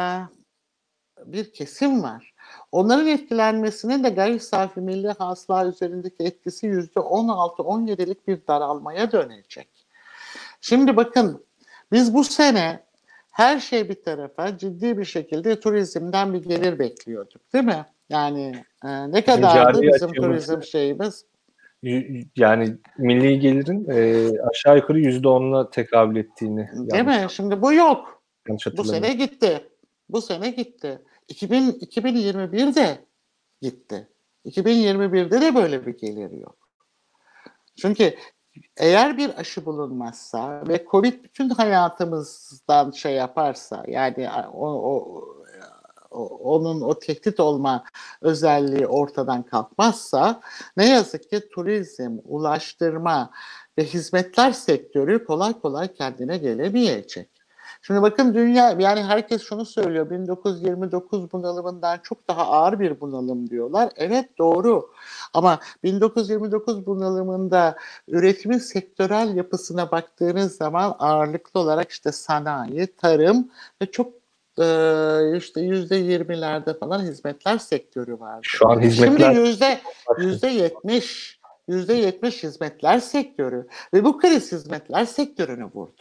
bir kesim var. Onların etkilenmesinin de gayri safi milli hasıla üzerindeki etkisi yüzde on altı on yedilik bir daralmaya dönecek. Şimdi bakın biz bu sene her şey bir tarafa ciddi bir şekilde turizmden bir gelir bekliyorduk değil mi? Yani e, ne Bizim kadardı cari bizim açığımızı turizm şeyimiz? y- yani milli gelirin e, aşağı yukarı yüzde onuna tekabül ettiğini Değil yanlış mi? Şimdi bu yok. yanlış Bu sene hatırlamıyorsam. gitti. Bu sene gitti. iki bin, iki bin yirmi birde gitti. iki bin yirmi birde de böyle bir gelir yok. Çünkü eğer bir aşı bulunmazsa ve Covid bütün hayatımızdan şey yaparsa yani o, o, onun o tehdit olma özelliği ortadan kalkmazsa ne yazık ki turizm, ulaştırma ve hizmetler sektörü kolay kolay kendine gelemeyecek. Şimdi bakın dünya, yani herkes şunu söylüyor, bin dokuz yüz yirmi dokuz bunalımından çok daha ağır bir bunalım diyorlar. Evet, doğru, ama bin dokuz yüz yirmi dokuz bunalımında üretimin sektörel yapısına baktığınız zaman ağırlıklı olarak işte sanayi, tarım ve çok e, işte yüzde yirmilerde falan hizmetler sektörü vardı. Şu an Şimdi hizmetler yüzde yüzde yetmiş yüzde yetmiş hizmetler sektörü ve bu kriz hizmetler sektörünü vurdu.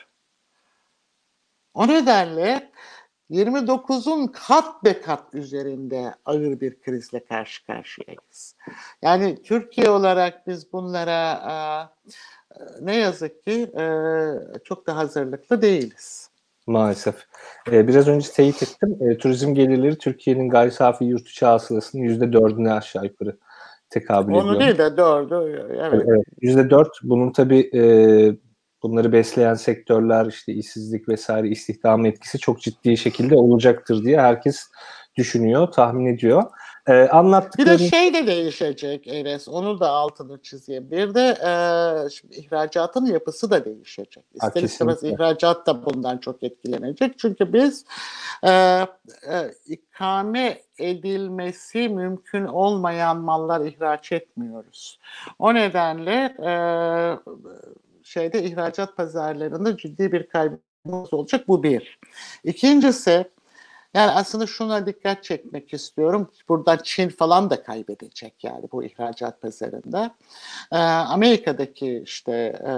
O nedenle yirmi dokuzun kat be kat üzerinde ağır bir krizle karşı karşıyayız. Yani Türkiye olarak biz bunlara e, ne yazık ki e, çok da hazırlıklı değiliz. maalesef. Ee, biraz önce teyit ettim. Ee, turizm gelirleri Türkiye'nin gayri safi yurt içi hasılasının yüzde dördüne aşağı yukarı tekabül ediyor. Onu değil de dördü. Evet. Evet, yüzde dört. Bunun tabii e, bunları besleyen sektörler, işte işsizlik vesaire, istihdam etkisi çok ciddi şekilde olacaktır diye herkes düşünüyor, tahmin ediyor. Ee, Bir de anlattıklarını... şey de değişecek Enes, onu da altını çizeyim. Bir de e, şimdi ihracatın yapısı da değişecek. Ha, İster istemez kesinlikle. ihracat da bundan çok etkilenecek. Çünkü biz e, e, ikame edilmesi mümkün olmayan mallar ihraç etmiyoruz. O nedenle e, şeyde ihracat pazarlarında ciddi bir kaybımız olacak. Bu bir. İkincisi, yani aslında şuna dikkat çekmek istiyorum. Buradan Çin falan da kaybedecek yani bu ihracat pazarında. Ee, Amerika'daki işte e,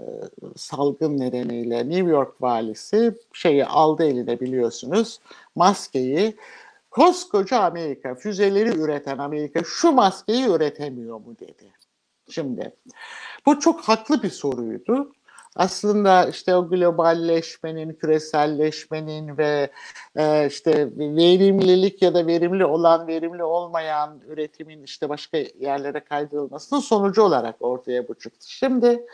salgın nedeniyle New York valisi şeyi aldı eline, biliyorsunuz, maskeyi. Koskoca Amerika, füzeleri üreten Amerika şu maskeyi üretemiyor mu dedi. Şimdi bu çok haklı bir soruydu. Aslında işte o globalleşmenin, küreselleşmenin ve e, işte verimlilik ya da verimli olan, verimli olmayan üretimin işte başka yerlere kaydırılmasının sonucu olarak ortaya bu çıktı. Şimdi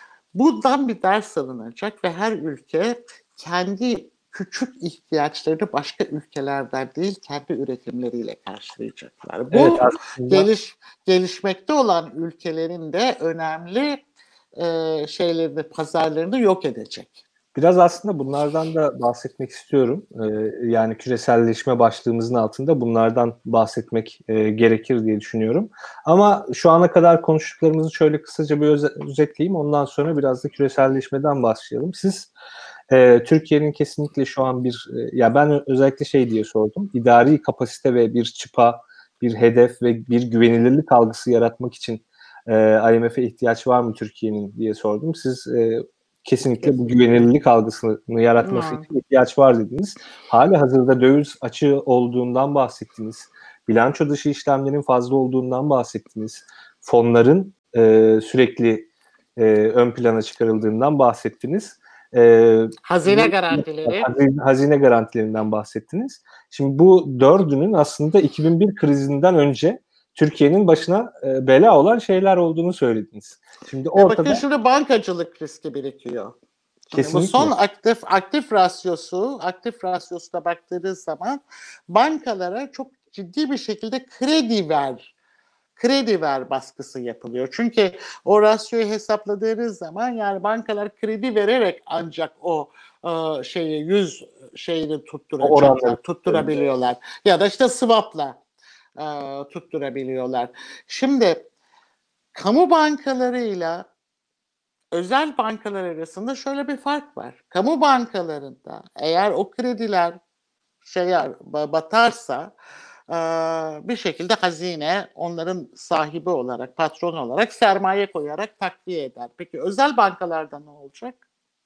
bundan bir ders alınacak ve her ülke kendi küçük ihtiyaçlarını başka ülkelerden değil, kendi üretimleriyle karşılayacaklar. Evet, Bu aslında geliş gelişmekte olan ülkelerin de önemli e, şeylerini, pazarlarını yok edecek. biraz aslında bunlardan da bahsetmek istiyorum. Ee, yani küreselleşme başlığımızın altında bunlardan bahsetmek e, gerekir diye düşünüyorum. Ama şu ana kadar konuştuklarımızı şöyle kısaca bir öz- özetleyeyim. Ondan sonra biraz da küreselleşmeden başlayalım. Siz e, Türkiye'nin kesinlikle şu an bir, e, ya ben özellikle şey diye sordum. İdari kapasite ve bir çıpa, bir hedef ve bir güvenilirlik algısı yaratmak için e, I M F'e ihtiyaç var mı Türkiye'nin diye sordum. Siz e, kesinlikle bu Kesinlikle. güvenilirlik algısını yaratması Hmm. için ihtiyaç var dediniz. Hali hazırda döviz açığı olduğundan bahsettiniz. Bilanço dışı işlemlerin fazla olduğundan bahsettiniz. Fonların e, sürekli e, ön plana çıkarıldığından bahsettiniz. E, Hazine bu garantileri. hazine, hazine garantilerinden bahsettiniz. Şimdi bu dördünün aslında iki bin bir krizinden önce Türkiye'nin başına e, bela olan şeyler olduğunu söylediniz. Şimdi Ve bakın ortada şurada bankacılık riski birikiyor. Şimdi bu kesinlikle son aktif aktif rasyosu, aktif rasyosuna baktığınız zaman bankalara çok ciddi bir şekilde kredi ver, kredi ver baskısı yapılıyor. Çünkü o rasyoyu hesapladığınız zaman yani bankalar kredi vererek ancak o e, şeyi yüz şeyini o oranları tutturacaklar, tutturabiliyorlar. Ya da işte swap'la e, tutturabiliyorlar. Şimdi kamu bankalarıyla özel bankalar arasında şöyle bir fark var. Kamu bankalarında eğer o krediler şeye batarsa bir şekilde hazine onların sahibi olarak, patron olarak sermaye koyarak takviye eder. Peki özel bankalarda ne olacak?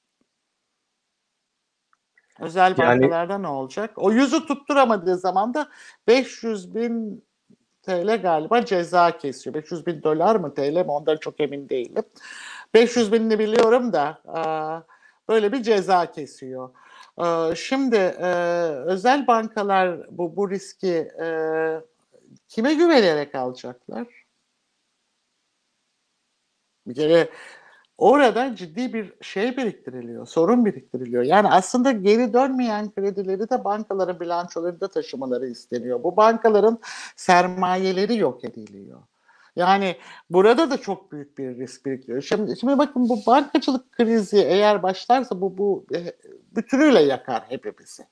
Özel yani bankalarda ne olacak? O yüzü tutturamadığı zaman da beş yüz bin T L galiba ceza kesiyor. beş yüz bin dolar mı T L mi ondan çok emin değilim. beş yüz binini biliyorum da böyle bir ceza kesiyor. Şimdi özel bankalar bu, bu riski kime güvenerek alacaklar? Bir kere orada ciddi bir şey biriktiriliyor, sorun biriktiriliyor. Yani aslında geri dönmeyen kredileri de bankaların bilançolarında taşımaları isteniyor. Bu bankaların sermayeleri yok ediliyor. Yani burada da çok büyük bir risk biriktiriyor. Şimdi, şimdi bakın bu bankacılık krizi eğer başlarsa bu, bu e, bütünüyle yakar hepimizi.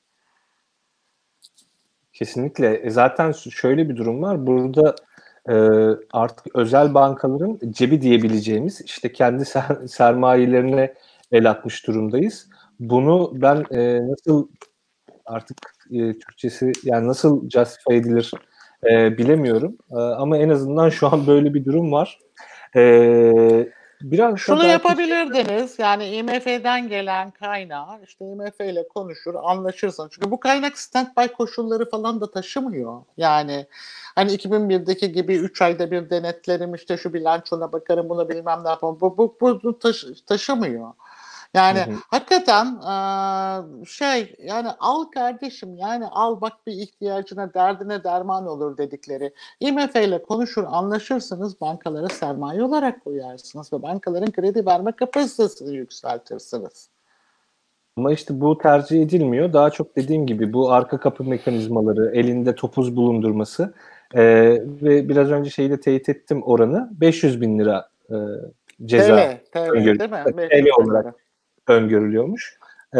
Kesinlikle. E zaten şöyle bir durum var. Burada e, artık özel bankaların cebi diyebileceğimiz işte kendi ser- sermayelerine el atmış durumdayız. Bunu ben e, nasıl artık e, Türkçesi yani nasıl justify edilir e, bilemiyorum. E, ama en azından şu an böyle bir durum var. E, biraz da Şunu belki yapabilirdiniz, yani I M F'den gelen kaynağı, işte I M F ile konuşur, anlaşırsın. Çünkü bu kaynak standby koşulları falan da taşımıyor. Yani hani iki bin birdeki gibi üç ayda bir denetlerim, işte şu bilançona bakarım, buna bilmem ne yapalım. Bu, bu, bu taş, taşımıyor. hı Yani hı. hakikaten eee, şey, yani al kardeşim, yani al bak, bir ihtiyacına, derdine derman olur dedikleri. I M F ile konuşur, anlaşırsınız, bankalara sermaye olarak koyarsınız ve bankaların kredi verme kapasitesini yükseltirsiniz. Ama işte bu tercih edilmiyor. Daha çok dediğim gibi bu arka kapı mekanizmaları, elinde topuz bulundurması e, ve biraz önce şeyi de teyit ettim oranı beş yüz bin lira e, ceza T L, T L öngörü, değil mi? T L beş yüz bin olarak lira. öngörülüyormuş. E,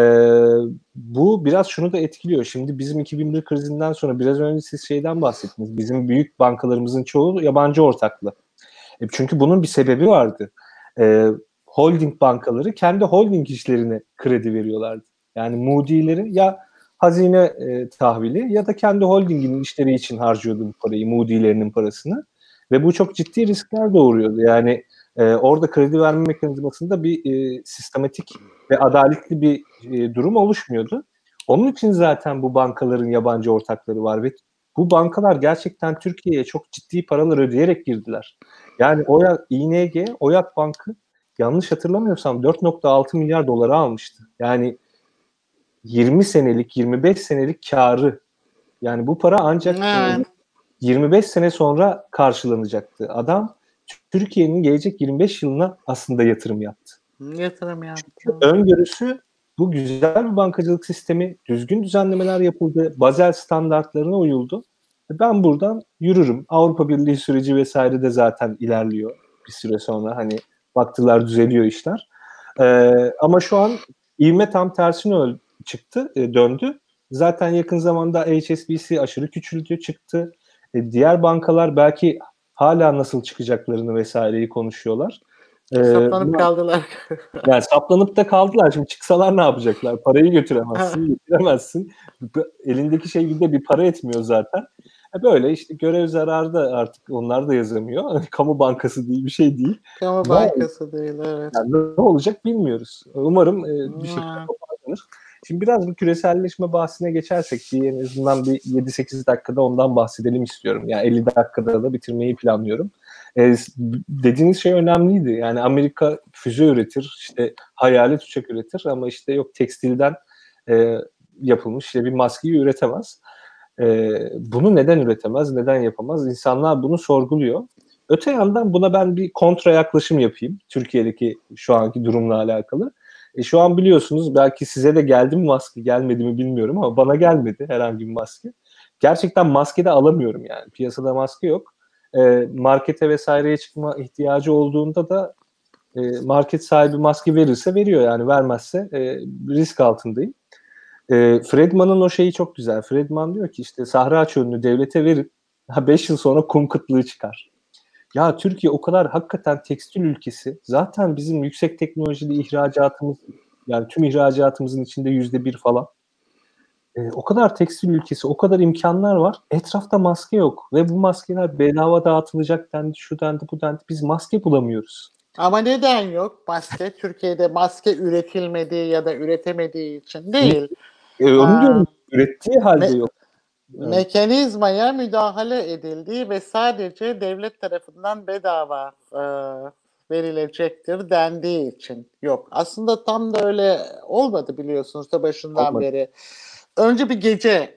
bu biraz şunu da etkiliyor. Şimdi bizim iki bin bir krizinden sonra biraz önce siz şeyden bahsettiniz. Bizim büyük bankalarımızın çoğu yabancı ortaklı. E, çünkü bunun bir sebebi vardı. E, holding bankaları kendi holding işlerine kredi veriyorlardı. Yani Moody'leri ya hazine e, tahvili ya da kendi holdinginin işleri için harcıyordu bu parayı, Moody'lerinin parasını. Ve bu çok ciddi riskler doğuruyordu. Yani e, orada kredi verme mekanizmasında bir e, sistematik ve adaletli bir e, durum oluşmuyordu. Onun için zaten bu bankaların yabancı ortakları var ve bu bankalar gerçekten Türkiye'ye çok ciddi paralar ödeyerek girdiler. Yani Oyak, İ N G, Oyak Bank'ı yanlış hatırlamıyorsam dört nokta altı milyar dolara almıştı. Yani yirmi senelik, yirmi beş senelik karı. Yani bu para ancak e, Evet, yirmi beş sene sonra karşılanacaktı. Adam Türkiye'nin gelecek yirmi beş yılına aslında yatırım yaptı. yatırım yaptı. Öngörüsü bu güzel bir bankacılık sistemi, düzgün düzenlemeler yapıldı, Basel standartlarına uyuldu. Ben buradan yürürüm. Avrupa Birliği süreci vesaire de zaten ilerliyor bir süre sonra. Hani baktılar düzeliyor işler. Ee, ama şu an ivme tam tersine öl- çıktı, e, döndü. Zaten yakın zamanda H S B C aşırı küçüldü, çıktı. E, diğer bankalar belki hala nasıl çıkacaklarını vesaireyi konuşuyorlar. Ee, Saplanıp kaldılar. yani saplanıp da kaldılar. Şimdi çıksalar ne yapacaklar? Parayı götüremezsin, getiremezsin. Elindeki şey bir de bir para etmiyor zaten. E böyle işte görev zararı da artık onlar da yazamıyor. Kamu bankası değil, bir şey değil. Kamu Ne, bankası değil, evet. yani ne olacak bilmiyoruz. Umarım e, bir şekilde Evet. toparlanır. Şimdi biraz bu küreselleşme bahsine geçersek bir en azından bir yedi sekiz dakikada ondan bahsedelim istiyorum. Yani elli dakikada da bitirmeyi planlıyorum. E, dediğiniz şey önemliydi. Yani Amerika füze üretir, işte hayalet uçak üretir ama işte yok tekstilden e, yapılmış işte bir maskeyi üretemez. E, bunu neden üretemez, neden yapamaz? İnsanlar bunu sorguluyor. Öte yandan buna ben bir kontra yaklaşım yapayım. Türkiye'deki şu anki durumla alakalı. E, şu an biliyorsunuz belki size de geldi mi maske, gelmedi mi bilmiyorum ama bana gelmedi herhangi bir maske. Gerçekten maske de alamıyorum yani. Piyasada maske yok. E, markete vesaireye çıkma ihtiyacı olduğunda da e, market sahibi maske verirse veriyor yani vermezse e, risk altındayım. E, Fredman'ın o şeyi çok güzel. Fredman diyor ki işte Sahra Çölü'nü devlete verin beş yıl sonra kum kıtlığı çıkar. Ya Türkiye o kadar hakikaten tekstil ülkesi. Zaten bizim yüksek teknolojili ihracatımız yani tüm ihracatımızın içinde yüzde bir falan. E, o kadar tekstil ülkesi, o kadar imkanlar var. Etrafta maske yok. Ve bu maskeler bedava dağıtılacak dendi, şu dendi, bu dendi. Biz maske bulamıyoruz. Ama neden yok maske? Türkiye'de maske üretilmediği ya da üretemediği için değil. E, onu Aa, diyorum. Ürettiği halde me- yok. Yani, mekanizmaya müdahale edildiği ve sadece devlet tarafından bedava e, verilecektir dendiği için yok. Aslında tam da öyle olmadı, biliyorsunuz da başından olmadı. beri. Önce bir gece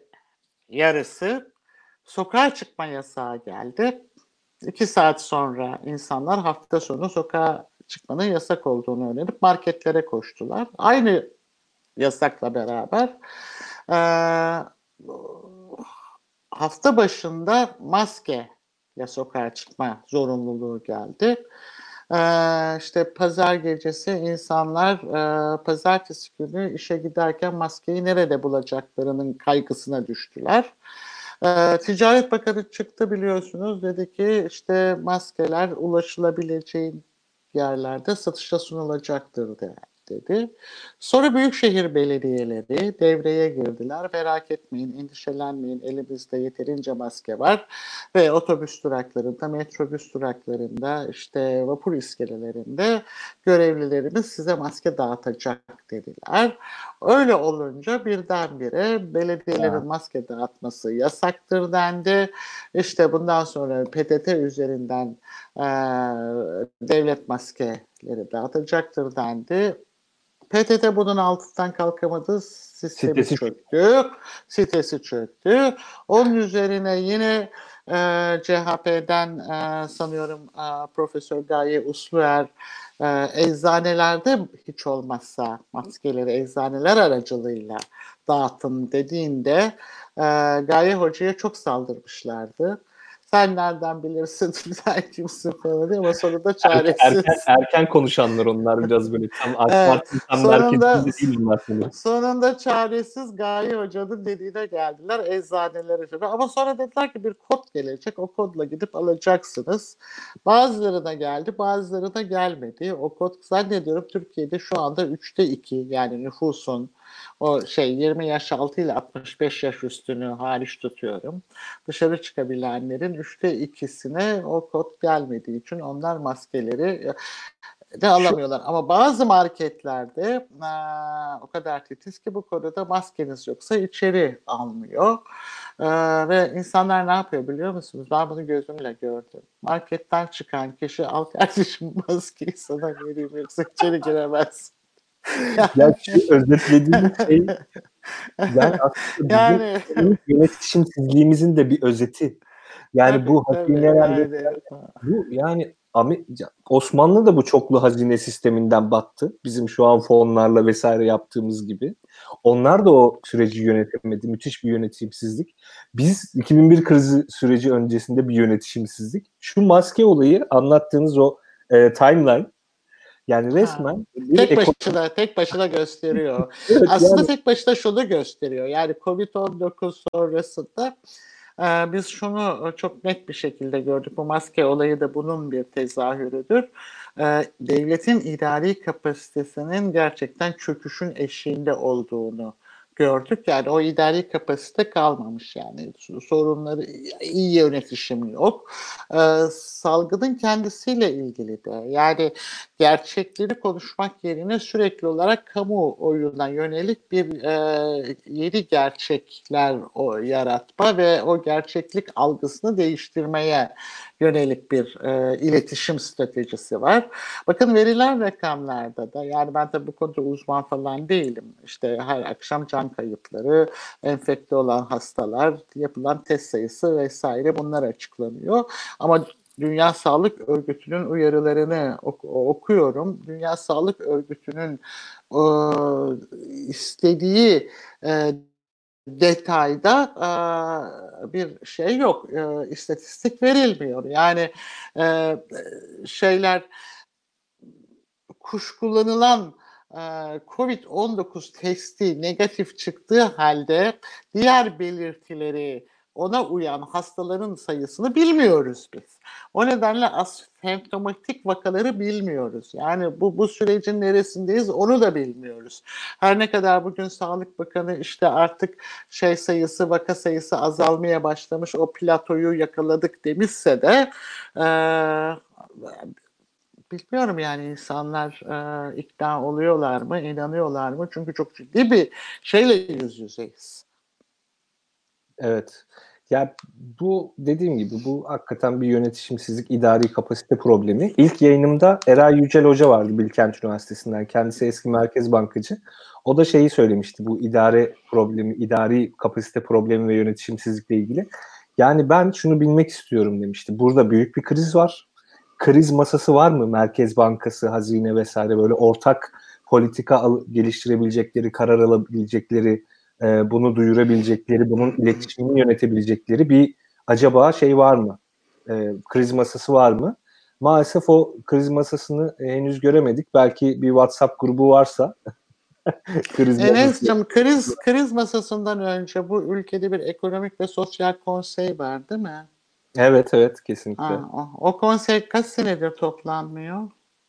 yarısı sokağa çıkma yasağı geldi. İki saat sonra insanlar hafta sonu sokağa çıkmanın yasak olduğunu öğrenip marketlere koştular. Aynı yasakla beraber e, hafta başında maske ile sokağa çıkma zorunluluğu geldi. Ee, işte pazar gecesi insanlar e, pazartesi günü işe giderken maskeyi nerede bulacaklarının kaygısına düştüler. Ee, Ticaret Bakanı çıktı biliyorsunuz, dedi ki işte maskeler ulaşılabileceğin yerlerde satışa sunulacaktır de, dedi. Sonra büyükşehir belediyeleri devreye girdiler. Merak etmeyin, endişelenmeyin, elimizde yeterince maske var ve otobüs duraklarında, metrobüs duraklarında, işte vapur iskelelerinde görevlilerimiz size maske dağıtacak dediler. Öyle olunca birdenbire belediyelerin Ya. maske dağıtması yasaktır dendi. İşte bundan sonra P T T üzerinden e, devlet maskeleri dağıtacaktır dendi. P T T bunun altından kalkamadı, sistemi Sitesi çöktü, sitesi çöktü. Onun üzerine yine e, C H P'den e, sanıyorum e, Profesör Gaye Usluer e, eczanelerde hiç olmazsa maskeleri eczaneler aracılığıyla dağıtın dediğinde e, Gaye Hoca'ya çok saldırmışlardı. Sen nereden bilirsin, sen kimsin falan diye, ama sonunda çaresiz. Erken, erken konuşanlar onlar biraz böyle. Tam AK Evet, Parti'nin tam sonunda merkezinde değil bunlar sanırım. sonunda çaresiz Gaye Hoca'nın dediğine geldiler, eczanelere. Ama sonra dediler ki bir kod gelecek, o kodla gidip alacaksınız. Bazılarına geldi, bazılarına gelmedi. O kod zannediyorum Türkiye'de şu anda üçte iki, yani nüfusun o şey yirmi yaş altı ile altmış beş yaş üstünü hariç tutuyorum. Dışarı çıkabilenlerin üçte ikisine o kod gelmediği için onlar maskeleri de alamıyorlar. Şu... Ama bazı marketlerde aa, o kadar titiz ki bu konuda maskeniz yoksa içeri almıyor. Ee, ve insanlar ne yapıyor biliyor musunuz? Ben bunu gözümle gördüm. Marketten çıkan kişi, al kardeşim maskeyi sana vereyim yoksa içeri giremezsin. Ya şu özetlediğiniz şey, yani aslında yani bizim yönetişimsizliğimizin de bir özeti. Yani tabii bu tabii hazineler yani vesaire, bu yani Osmanlı da bu çoklu hazine sisteminden battı. Bizim şu an fonlarla vesaire yaptığımız gibi. Onlar da o süreci yönetemedi. Müthiş bir yönetimsizlik. Biz iki bin bir krizi süreci öncesinde bir yönetişimsizlik. Şu maske olayı, anlattığınız o e, timeline, yani resmen ha. bir Tek ekonomi... başına tek başına gösteriyor. Evet, Aslında yani... tek başına şunu gösteriyor. Yani kovid on dokuz sonrasında e, biz şunu çok net bir şekilde gördük. Bu maske olayı da bunun bir tezahürüdür. E, devletin idari kapasitesinin gerçekten çöküşün eşiğinde olduğunu gördük. Yani o idari kapasite kalmamış, yani sorunları, iyi yönetişim yok. Ee, salgının kendisiyle ilgili de, yani gerçekleri konuşmak yerine sürekli olarak kamuoyuna yönelik bir e, yeni gerçekler o yaratma ve o gerçeklik algısını değiştirmeye yönelik bir e, iletişim stratejisi var. Bakın verilen rakamlarda da, yani ben tabii bu konuda uzman falan değilim. İşte her akşam can kayıpları, enfekte olan hastalar, yapılan test sayısı vesaire, bunlar açıklanıyor. Ama Dünya Sağlık Örgütü'nün uyarılarını ok- okuyorum. Dünya Sağlık Örgütü'nün e, istediği e, detayda e, bir şey yok, e, istatistik verilmiyor. Yani e, şeyler, kuşkulanılan e, kovid on dokuz testi negatif çıktığı halde diğer belirtileri ona uyan hastaların sayısını bilmiyoruz biz. O nedenle asemptomatik vakaları bilmiyoruz. Yani bu bu sürecin neresindeyiz onu da bilmiyoruz. Her ne kadar bugün Sağlık Bakanı işte artık şey sayısı, vaka sayısı azalmaya başlamış, o platoyu yakaladık demişse de e, bilmiyorum yani insanlar e, ikna oluyorlar mı, inanıyorlar mı? Çünkü çok ciddi bir şeyle yüz yüzeyiz. Evet. Ya bu dediğim gibi bu hakikaten bir yönetişimsizlik, idari kapasite problemi. İlk yayınımda Eray Yücel Hoca vardı Bilkent Üniversitesi'nden. Kendisi eski Merkez Bankacı. O da şeyi söylemişti, bu idare problemi, idari kapasite problemi ve yönetişimsizlikle ilgili. Yani ben şunu bilmek istiyorum demişti. Burada büyük bir kriz var. kriz masası var mı? Merkez Bankası, hazine vesaire böyle ortak politika al- geliştirebilecekleri, karar alabilecekleri, e, bunu duyurabilecekleri, bunun iletişimini yönetebilecekleri bir acaba şey var mı? E, kriz masası var mı? Maalesef o kriz masasını henüz göremedik. Belki bir WhatsApp grubu varsa kriz masası. Enes'cim, kriz, kriz masasından önce bu ülkede bir ekonomik ve sosyal konsey var değil mi? Evet, evet, kesinlikle. Ha, o, o konsey kaç senedir toplanmıyor?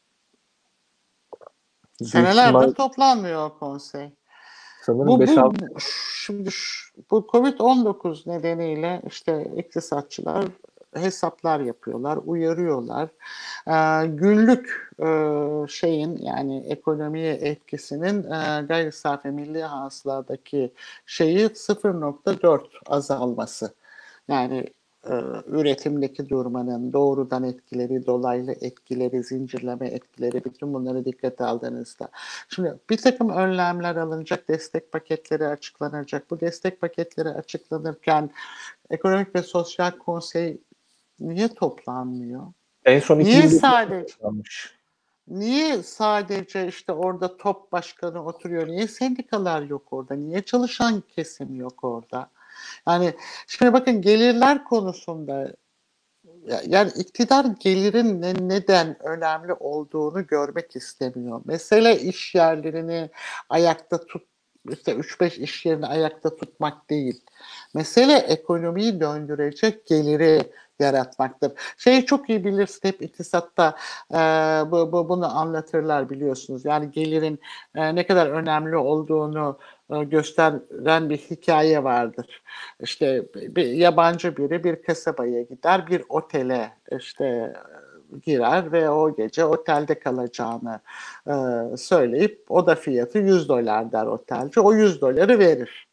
Büyük ihtimal Senelerdir toplanmıyor o konsey. sanırım Bu, beş bu altı. şimdi şu- bu covid on dokuz nedeniyle işte iktisatçılar hesaplar yapıyorlar, uyarıyorlar. Ee, günlük e, şeyin yani ekonomiye etkisinin e, gayri safi milli hasıladaki şeyi sıfır nokta dört azalması. Yani e, üretimdeki durmanın doğrudan etkileri, dolaylı etkileri, zincirleme etkileri, bütün bunları dikkate aldığınızda. Şimdi bir takım önlemler alınacak, destek paketleri açıklanacak. Bu destek paketleri açıklanırken Ekonomik ve Sosyal Konsey niye toplanmıyor? En son Niye iki bin yirmi sadece olmuş. Niye sadece işte orada top başkanı oturuyor? Niye sendikalar yok orada? Niye çalışan kesim yok orada? Yani şimdi bakın gelirler konusunda yani iktidar gelirin ne, neden önemli olduğunu görmek istemiyor. Mesele iş yerlerini ayakta tut, işte üç beş iş yerini ayakta tutmak değil. Mesele ekonomiyi döndürecek geliri yaratmaktır. Şeyi çok iyi bilirsin, hep iktisatta e, bu, bu, bunu anlatırlar biliyorsunuz. Yani gelirin e, ne kadar önemli olduğunu e, gösteren bir hikaye vardır. İşte bir yabancı biri bir kasabaya gider, bir otele işte girer ve o gece otelde kalacağını e, söyleyip o da fiyatı yüz dolar der otelci. O yüz doları verir.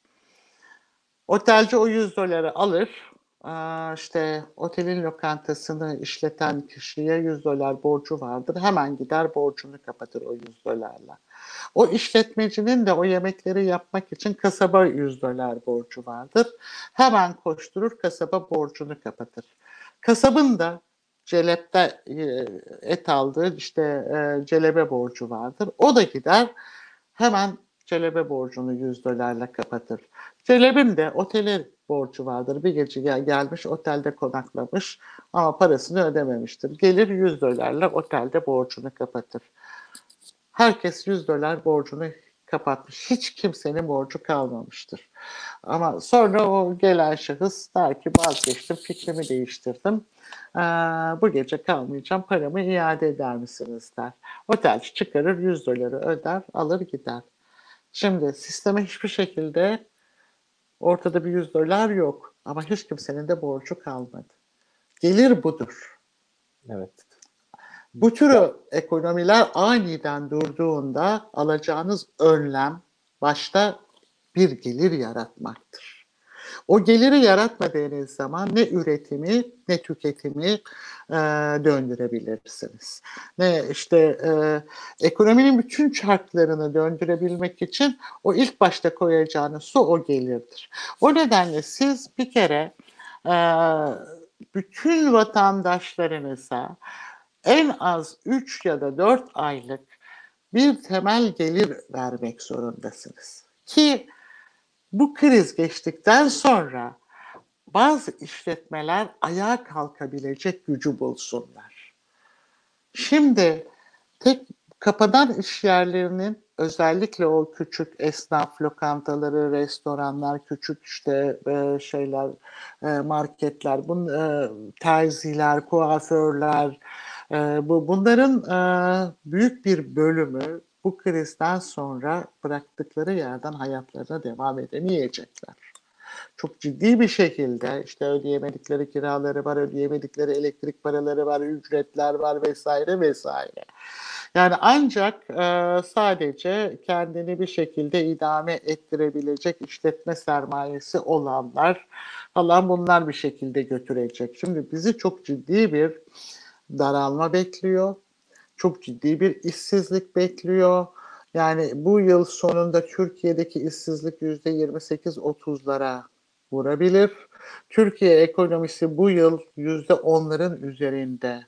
Otelci o yüz doları alır. Aa, işte otelin lokantasını işleten kişiye yüz dolar borcu vardır. Hemen gider borcunu kapatır o yüz dolarla. O işletmecinin de o yemekleri yapmak için kasaba yüz dolar borcu vardır. Hemen koşturur kasaba borcunu kapatır. Kasabın da celepte e, et aldığı işte e, celebe borcu vardır. O da gider hemen celebe borcunu yüz dolarla kapatır. Celebin de otele borcu vardır. Bir gece gel gelmiş otelde konaklamış ama parasını ödememiştir. Gelir yüz dolarla otelde borcunu kapatır. Herkes yüz dolar borcunu kapatmış. Hiç kimsenin borcu kalmamıştır. Ama sonra o gelen şahıs der ki vazgeçtim, fikrimi değiştirdim. Ee, bu gece kalmayacağım, paramı iade eder misiniz der. Otelci çıkarır yüz doları öder, alır gider. Şimdi sisteme hiçbir şekilde ortada bir yüz dolar yok. Ama hiç kimsenin de borcu kalmadı. Gelir budur. Evet. Bu tür ekonomiler aniden durduğunda alacağınız önlem başta bir gelir yaratmaktır. O geliri yaratmadığınız zaman ne üretimi ne tüketimi e, döndürebilirsiniz. Ne işte e, ekonominin bütün çarklarını döndürebilmek için o ilk başta koyacağınız su o gelirdir. O nedenle siz bir kere e, bütün vatandaşlarınıza en az üç ya da dört aylık bir temel gelir vermek zorundasınız. Ki bu kriz geçtikten sonra bazı işletmeler ayağa kalkabilecek gücü bulsunlar. Şimdi tek kapanan iş yerlerinin özellikle o küçük esnaf lokantaları, restoranlar, küçük işte e, şeyler, e, marketler, bun, e, terziler, kuaförler, e, bu bunların e, büyük bir bölümü bu krizden sonra bıraktıkları yerden hayatlarına devam edemeyecekler. Çok ciddi bir şekilde işte ödeyemedikleri kiraları var, ödeyemedikleri elektrik paraları var, ücretler var vesaire vesaire. Yani ancak e, sadece kendini bir şekilde idame ettirebilecek işletme sermayesi olanlar falan bunlar bir şekilde götürecek. Şimdi bizi çok ciddi bir daralma bekliyor. Çok ciddi bir işsizlik bekliyor. Yani bu yıl sonunda Türkiye'deki işsizlik yüzde yirmi sekiz otuzlara vurabilir. Türkiye ekonomisi bu yıl yüzde onların üzerinde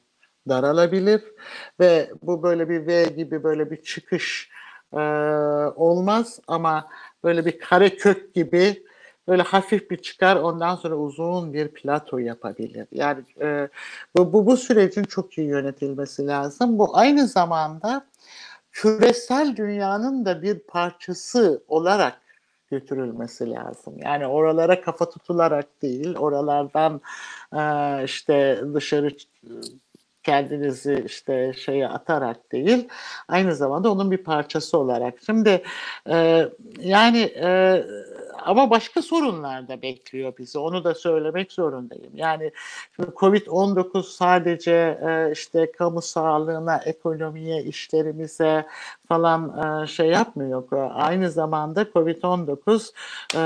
daralabilir ve bu böyle bir V gibi böyle bir çıkış e, olmaz ama böyle bir kare kök gibi böyle hafif bir çıkar, ondan sonra uzun bir plato yapabilir. Yani e, bu, bu, bu sürecin çok iyi yönetilmesi lazım. Bu aynı zamanda küresel dünyanın da bir parçası olarak götürülmesi lazım. Yani oralara kafa tutularak değil, oralardan e, işte dışarı kendinizi işte şeye atarak değil, aynı zamanda onun bir parçası olarak. Şimdi e, yani e, ama başka sorunlar da bekliyor bizi. Onu da söylemek zorundayım. Yani kovid on dokuz sadece e, işte kamu sağlığına, ekonomiye, işlerimize falan e, şey yapmıyor. Aynı zamanda kovid on dokuz e,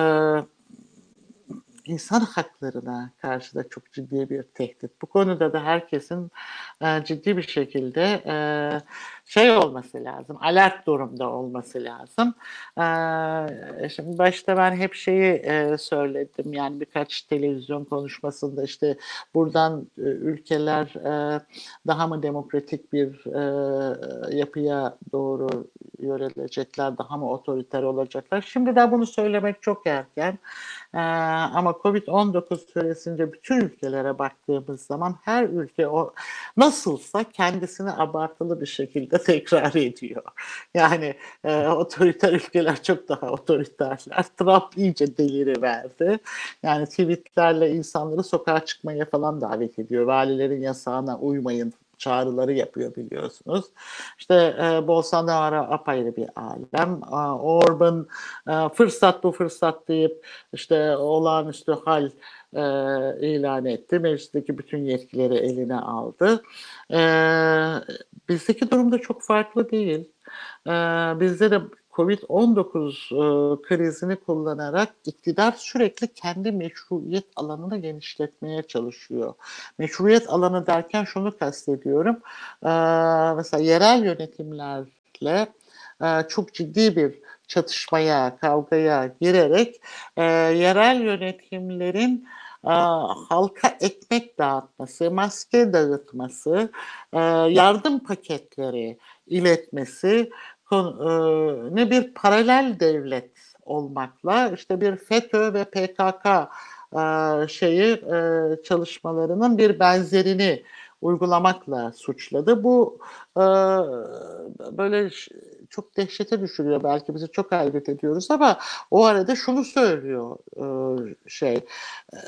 insan haklarına karşı da çok ciddi bir tehdit. Bu konuda da herkesin e, ciddi bir şekilde e, şey olması lazım, alert durumda olması lazım. E, şimdi başta ben hep şeyi e, söyledim, yani birkaç televizyon konuşmasında işte buradan e, ülkeler e, daha mı demokratik bir e, yapıya doğru yönelecekler, daha mı otoriter olacaklar? Şimdi de bunu söylemek çok erken. Ee, ama kovid on dokuz süresince bütün ülkelere baktığımız zaman her ülke o nasılsa kendisini abartılı bir şekilde tekrar ediyor. Yani e, otoriter ülkeler çok daha otoriterler. Trump iyice deliriverdi. Yani tweetlerle insanları sokağa çıkmaya falan davet ediyor. Valilerin yasağına uymayın çağrıları yapıyor, biliyorsunuz. İşte e, Bolsonaro apayrı bir alem. E, Orban e, fırsat bu fırsat deyip işte olağanüstü hal e, ilan etti. Meclisteki bütün yetkileri eline aldı. E, bizdeki durum da çok farklı değil. E, bizde de kovid on dokuz e, krizini kullanarak iktidar sürekli kendi meşruiyet alanını genişletmeye çalışıyor. Meşruiyet alanı derken şunu kastediyorum. E, mesela yerel yönetimlerle e, çok ciddi bir çatışmaya, kavgaya girerek e, yerel yönetimlerin e, halka ekmek dağıtması, maske dağıtması, e, yardım paketleri iletmesi, kon- e, ne bir paralel devlet olmakla işte bir FETÖ ve P K K e, şeyi e, çalışmalarının bir benzerini uygulamakla suçladı. Bu e, böyle çok dehşete düşürüyor, belki bizi çok hayret ediyoruz ama o arada şunu söylüyor e, şey e,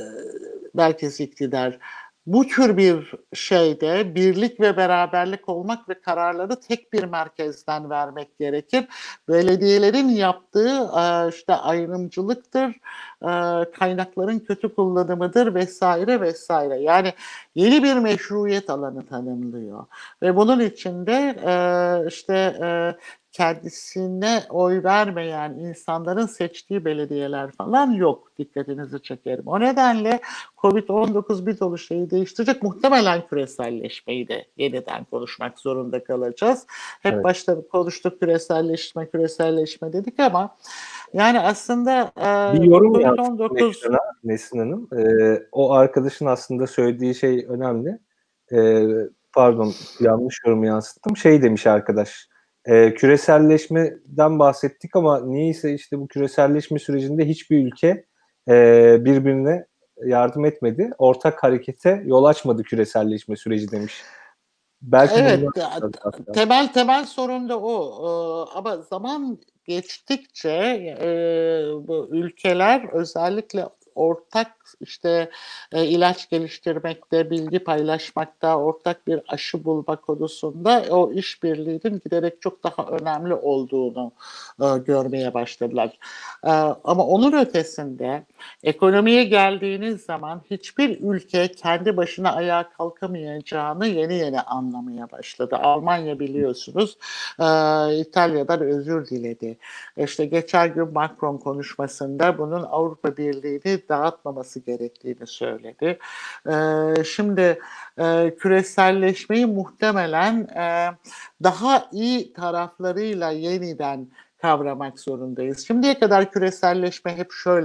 merkez iktidar. Bu tür bir şeyde birlik ve beraberlik olmak ve kararları tek bir merkezden vermek gerekir. Belediyelerin yaptığı e, işte ayrımcılıktır, e, kaynakların kötü kullanımıdır vesaire vesaire. Yani yeni bir meşruiyet alanı tanımlıyor ve bunun içinde e, işte e, kendisine oy vermeyen insanların seçtiği belediyeler falan yok. Dikkatinizi çekerim. O nedenle kovid on dokuz bir dolu şeyi değiştirecek. Muhtemelen küreselleşmeyi de yeniden konuşmak zorunda kalacağız. Hep Evet. başta konuştuk, küreselleşme, küreselleşme dedik ama yani aslında Bir e, bu yorum kovid yansıttım on dokuz ekrana Nesrin Hanım. Ee, o arkadaşın aslında söylediği şey önemli. Ee, pardon, yanlış yorum yansıttım. Şey demiş arkadaş, e, küreselleşmeden bahsettik ama niyeyse işte bu küreselleşme sürecinde hiçbir ülke e, birbirine yardım etmedi. Ortak harekete yol açmadı küreselleşme süreci demiş. Belki bundan Evet, biraz bahsedelim. temel temel sorun da o. Ee, ama zaman geçtikçe e, bu ülkeler özellikle ortak işte e, ilaç geliştirmekte, bilgi paylaşmakta, ortak bir aşı bulma konusunda o işbirliğinin giderek çok daha önemli olduğunu e, görmeye başladılar. E, ama onun ötesinde ekonomiye geldiğiniz zaman hiçbir ülke kendi başına ayağa kalkamayacağını yeni yeni anlamaya başladı. Almanya biliyorsunuz e, İtalya'dan özür diledi. İşte geçen gün Macron konuşmasında bunun Avrupa Birliği'ni dağıtmaması gerektiğini söyledi. E, şimdi e, küreselleşmeyi muhtemelen e, daha iyi taraflarıyla yeniden kavramak zorundayız. Şimdiye kadar küreselleşme hep şöyle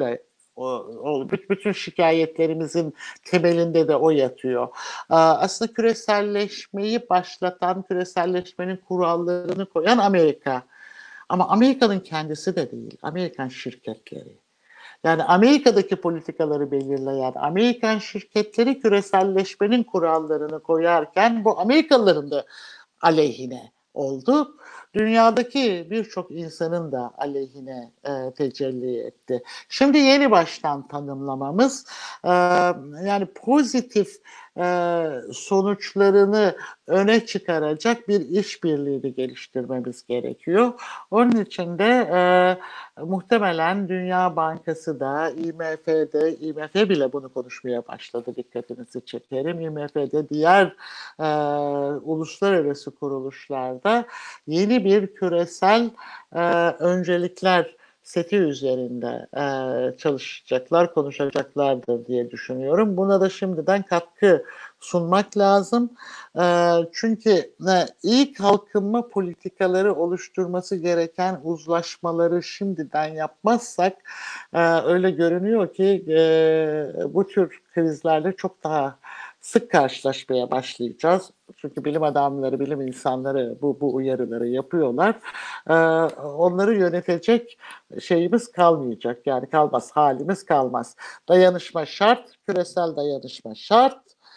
O, o bütün şikayetlerimizin temelinde de o yatıyor. Aslında küreselleşmeyi başlatan, küreselleşmenin kurallarını koyan Amerika. Ama Amerika'nın kendisi de değil, Amerikan şirketleri. Yani Amerika'daki politikaları belirleyen Amerikan şirketleri küreselleşmenin kurallarını koyarken bu Amerikalıların da aleyhine oldu. Dünyadaki birçok insanın da aleyhine e, tecelli etti. Şimdi yeni baştan tanımlamamız e, yani pozitif e, sonuçlarını öne çıkaracak bir işbirliği geliştirmemiz gerekiyor. Onun için de e, muhtemelen Dünya Bankası da, I M F'de, I M F bile bunu konuşmaya başladı, dikkatinizi çekerim. I M F'de diğer e, uluslararası kuruluşlarda yeni bir küresel e, öncelikler seti üzerinde e, çalışacaklar, konuşacaklardır diye düşünüyorum. Buna da şimdiden katkı sunmak lazım. E, çünkü e, iyi kalkınma politikaları oluşturması gereken uzlaşmaları şimdiden yapmazsak e, öyle görünüyor ki e, bu tür krizlerle çok daha sık karşılaşmaya başlayacağız. Çünkü bilim adamları, bilim insanları bu, bu uyarıları yapıyorlar. Ee, onları yönetecek şeyimiz kalmayacak. Yani kalmaz, halimiz kalmaz. Dayanışma şart, küresel dayanışma şart.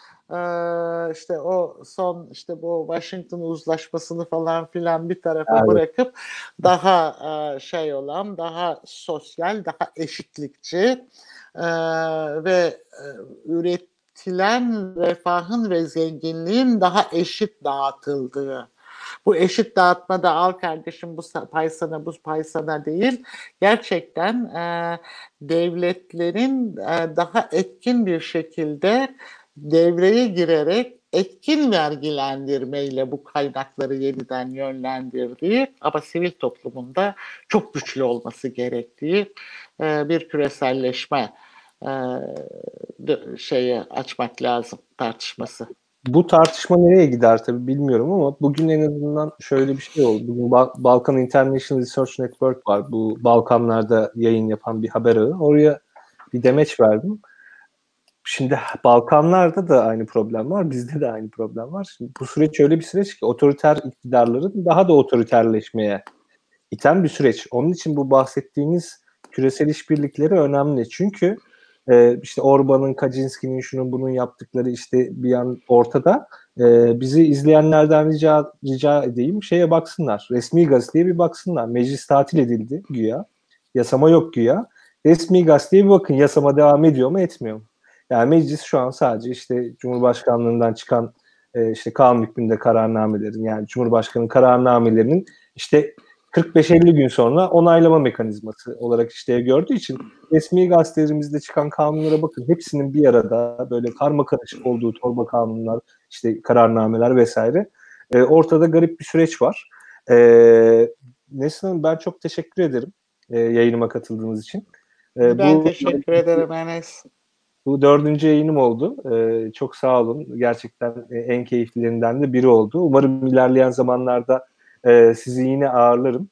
Ee, işte o son işte bu Washington uzlaşmasını falan filan bir tarafa Evet. bırakıp daha e, şey olan, daha sosyal, daha eşitlikçi e, ve e, üret üretilen refahın ve zenginliğin daha eşit dağıtıldığı. Bu eşit dağıtmada al kardeşim bu pay sana bu pay sana değil. Gerçekten e, devletlerin e, daha etkin bir şekilde devreye girerek etkin vergilendirmeyle bu kaynakları yeniden yönlendirdiği ama sivil toplumunda çok güçlü olması gerektiği e, bir küreselleşme e, şeyi açmak lazım, tartışması. Bu tartışma nereye gider tabii bilmiyorum ama bugün en azından şöyle bir şey oldu. Bugün Bal- Balkan International Research Network var. Bu Balkanlarda yayın yapan bir haber ağı. Oraya bir demeç verdim. Şimdi Balkanlarda da aynı problem var, bizde de aynı problem var. Şimdi bu süreç öyle bir süreç ki otoriter iktidarların daha da otoriterleşmeye iten bir süreç. Onun için bu bahsettiğiniz küresel işbirlikleri önemli. Çünkü e, işte Orban'ın, Kaczynski'nin, şunun bunun yaptıkları işte bir an ortada. E, bizi izleyenlerden rica rica edeyim şeye baksınlar. Resmi gazeteye bir baksınlar. Meclis tatil edildi güya. Yasama yok güya. Resmi gazeteye bir bakın. Yasama devam ediyor mu, etmiyor mu? Yani meclis şu an sadece işte Cumhurbaşkanlığından çıkan e, işte kanun hükmünde kararnamelerin, yani Cumhurbaşkanı kararnamelerinin işte kırk beş elli gün sonra onaylama mekanizması olarak işlev gördüğü için resmi gazetelerimizde çıkan kanunlara bakın. Hepsinin bir arada böyle karmakarışık olduğu torba kanunlar, işte kararnameler vesaire. E, ortada garip bir süreç var. E, Neslihan Hanım, ben çok teşekkür ederim e, yayınıma katıldığınız için. E, Ben bu teşekkür ederim Enes. bu dördüncü yayınım oldu. Ee, çok sağ olun. Gerçekten en keyiflilerinden de biri oldu. Umarım ilerleyen zamanlarda e, sizi yine ağırlarım.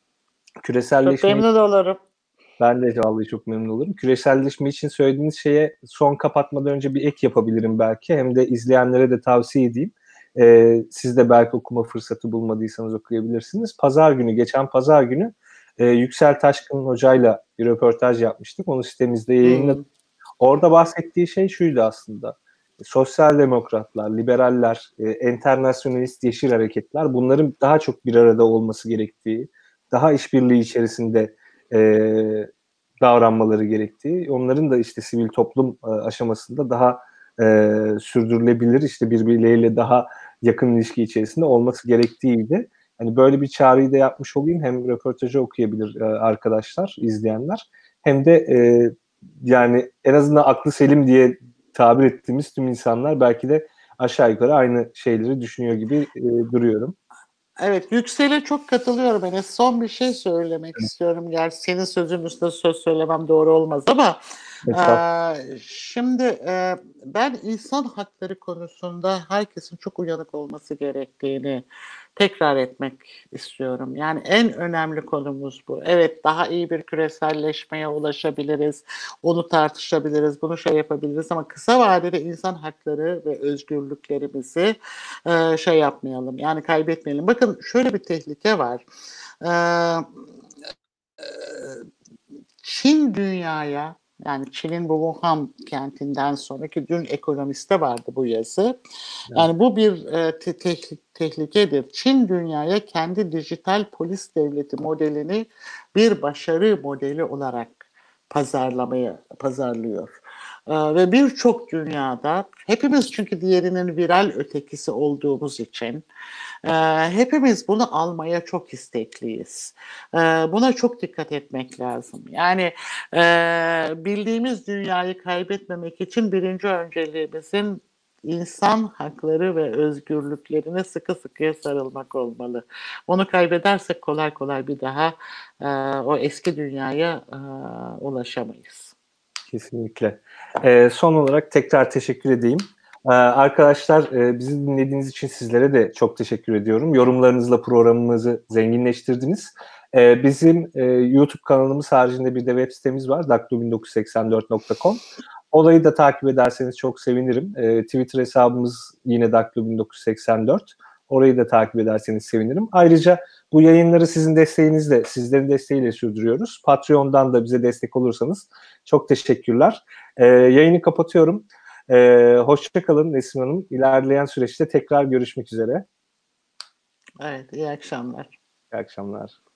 Çok Küreselleşme, memnun olurum. ben de vallahi çok memnun olurum. Küreselleşme için söylediğiniz şeye son kapatmadan önce bir ek yapabilirim belki. Hem de izleyenlere de tavsiye edeyim. Ee, siz de belki okuma fırsatı bulmadıysanız okuyabilirsiniz. Pazar günü, geçen pazar günü e, Yüksel Taşkın hocayla bir röportaj yapmıştık. Onu sitemizde yayınladık. Hmm. Orada bahsettiği şey şuydu aslında. Sosyal demokratlar, liberaller, e, enternasyonalist yeşil hareketler, bunların daha çok bir arada olması gerektiği, daha işbirliği içerisinde e, davranmaları gerektiği, onların da işte sivil toplum e, aşamasında daha e, sürdürülebilir, işte birbirleriyle daha yakın ilişki içerisinde olması gerektiğiydi. Hani böyle bir çağrıyı da yapmış olayım. Hem röportajı okuyabilir e, arkadaşlar, izleyenler, hem de e, yani en azından aklı selim diye tabir ettiğimiz tüm insanlar belki de aşağı yukarı aynı şeyleri düşünüyor gibi e, duruyorum. Evet, Yüksel'e çok katılıyorum. Enes, son bir şey söylemek istiyorum. Gerçi senin sözün üstüne söz söylemem doğru olmaz ama Estağfurullah. eee, şimdi eee, ben insan hakları konusunda herkesin çok uyanık olması gerektiğini tekrar etmek istiyorum. Yani en önemli konumuz bu. Evet, daha iyi bir küreselleşmeye ulaşabiliriz, onu tartışabiliriz, bunu şey yapabiliriz ama kısa vadede insan hakları ve özgürlüklerimizi eee, şey yapmayalım, yani kaybetmeyelim. Bakın şöyle bir tehlike var. Eee, Çin dünyaya, yani Çin'in bu Wuhan kentinden sonraki dün Ekonomist'te vardı bu yazı. Evet, Yani bu bir e, te- te- tehlikedir. Çin dünyaya kendi dijital polis devleti modelini bir başarı modeli olarak pazarlamaya pazarlıyor. Ee, ve birçok dünyada hepimiz, çünkü diğerinin viral ötekisi olduğumuz için e, hepimiz bunu almaya çok istekliyiz. E, buna çok dikkat etmek lazım. Yani e, bildiğimiz dünyayı kaybetmemek için birinci önceliğimizin insan hakları ve özgürlüklerine sıkı sıkıya sarılmak olmalı. Onu kaybedersek kolay kolay bir daha e, o eski dünyaya e, ulaşamayız. kesinlikle. Ee, son olarak tekrar teşekkür edeyim. Ee, arkadaşlar, e, bizi dinlediğiniz için sizlere de çok teşekkür ediyorum. Yorumlarınızla programımızı zenginleştirdiniz. Ee, bizim e, YouTube kanalımız haricinde bir de web sitemiz var, daklo bin dokuz yüz seksen dört nokta com. Olayı da takip ederseniz çok sevinirim. Ee, Twitter hesabımız yine daklo bin dokuz yüz seksen dört. Orayı da takip ederseniz sevinirim. Ayrıca bu yayınları sizin desteğinizle, sizlerin desteğiyle sürdürüyoruz. Patreon'dan da bize destek olursanız çok teşekkürler. Ee, yayını kapatıyorum. Ee, hoşça kalın Nesin Hanım. İlerleyen süreçte tekrar görüşmek üzere. Evet, iyi akşamlar. İyi akşamlar.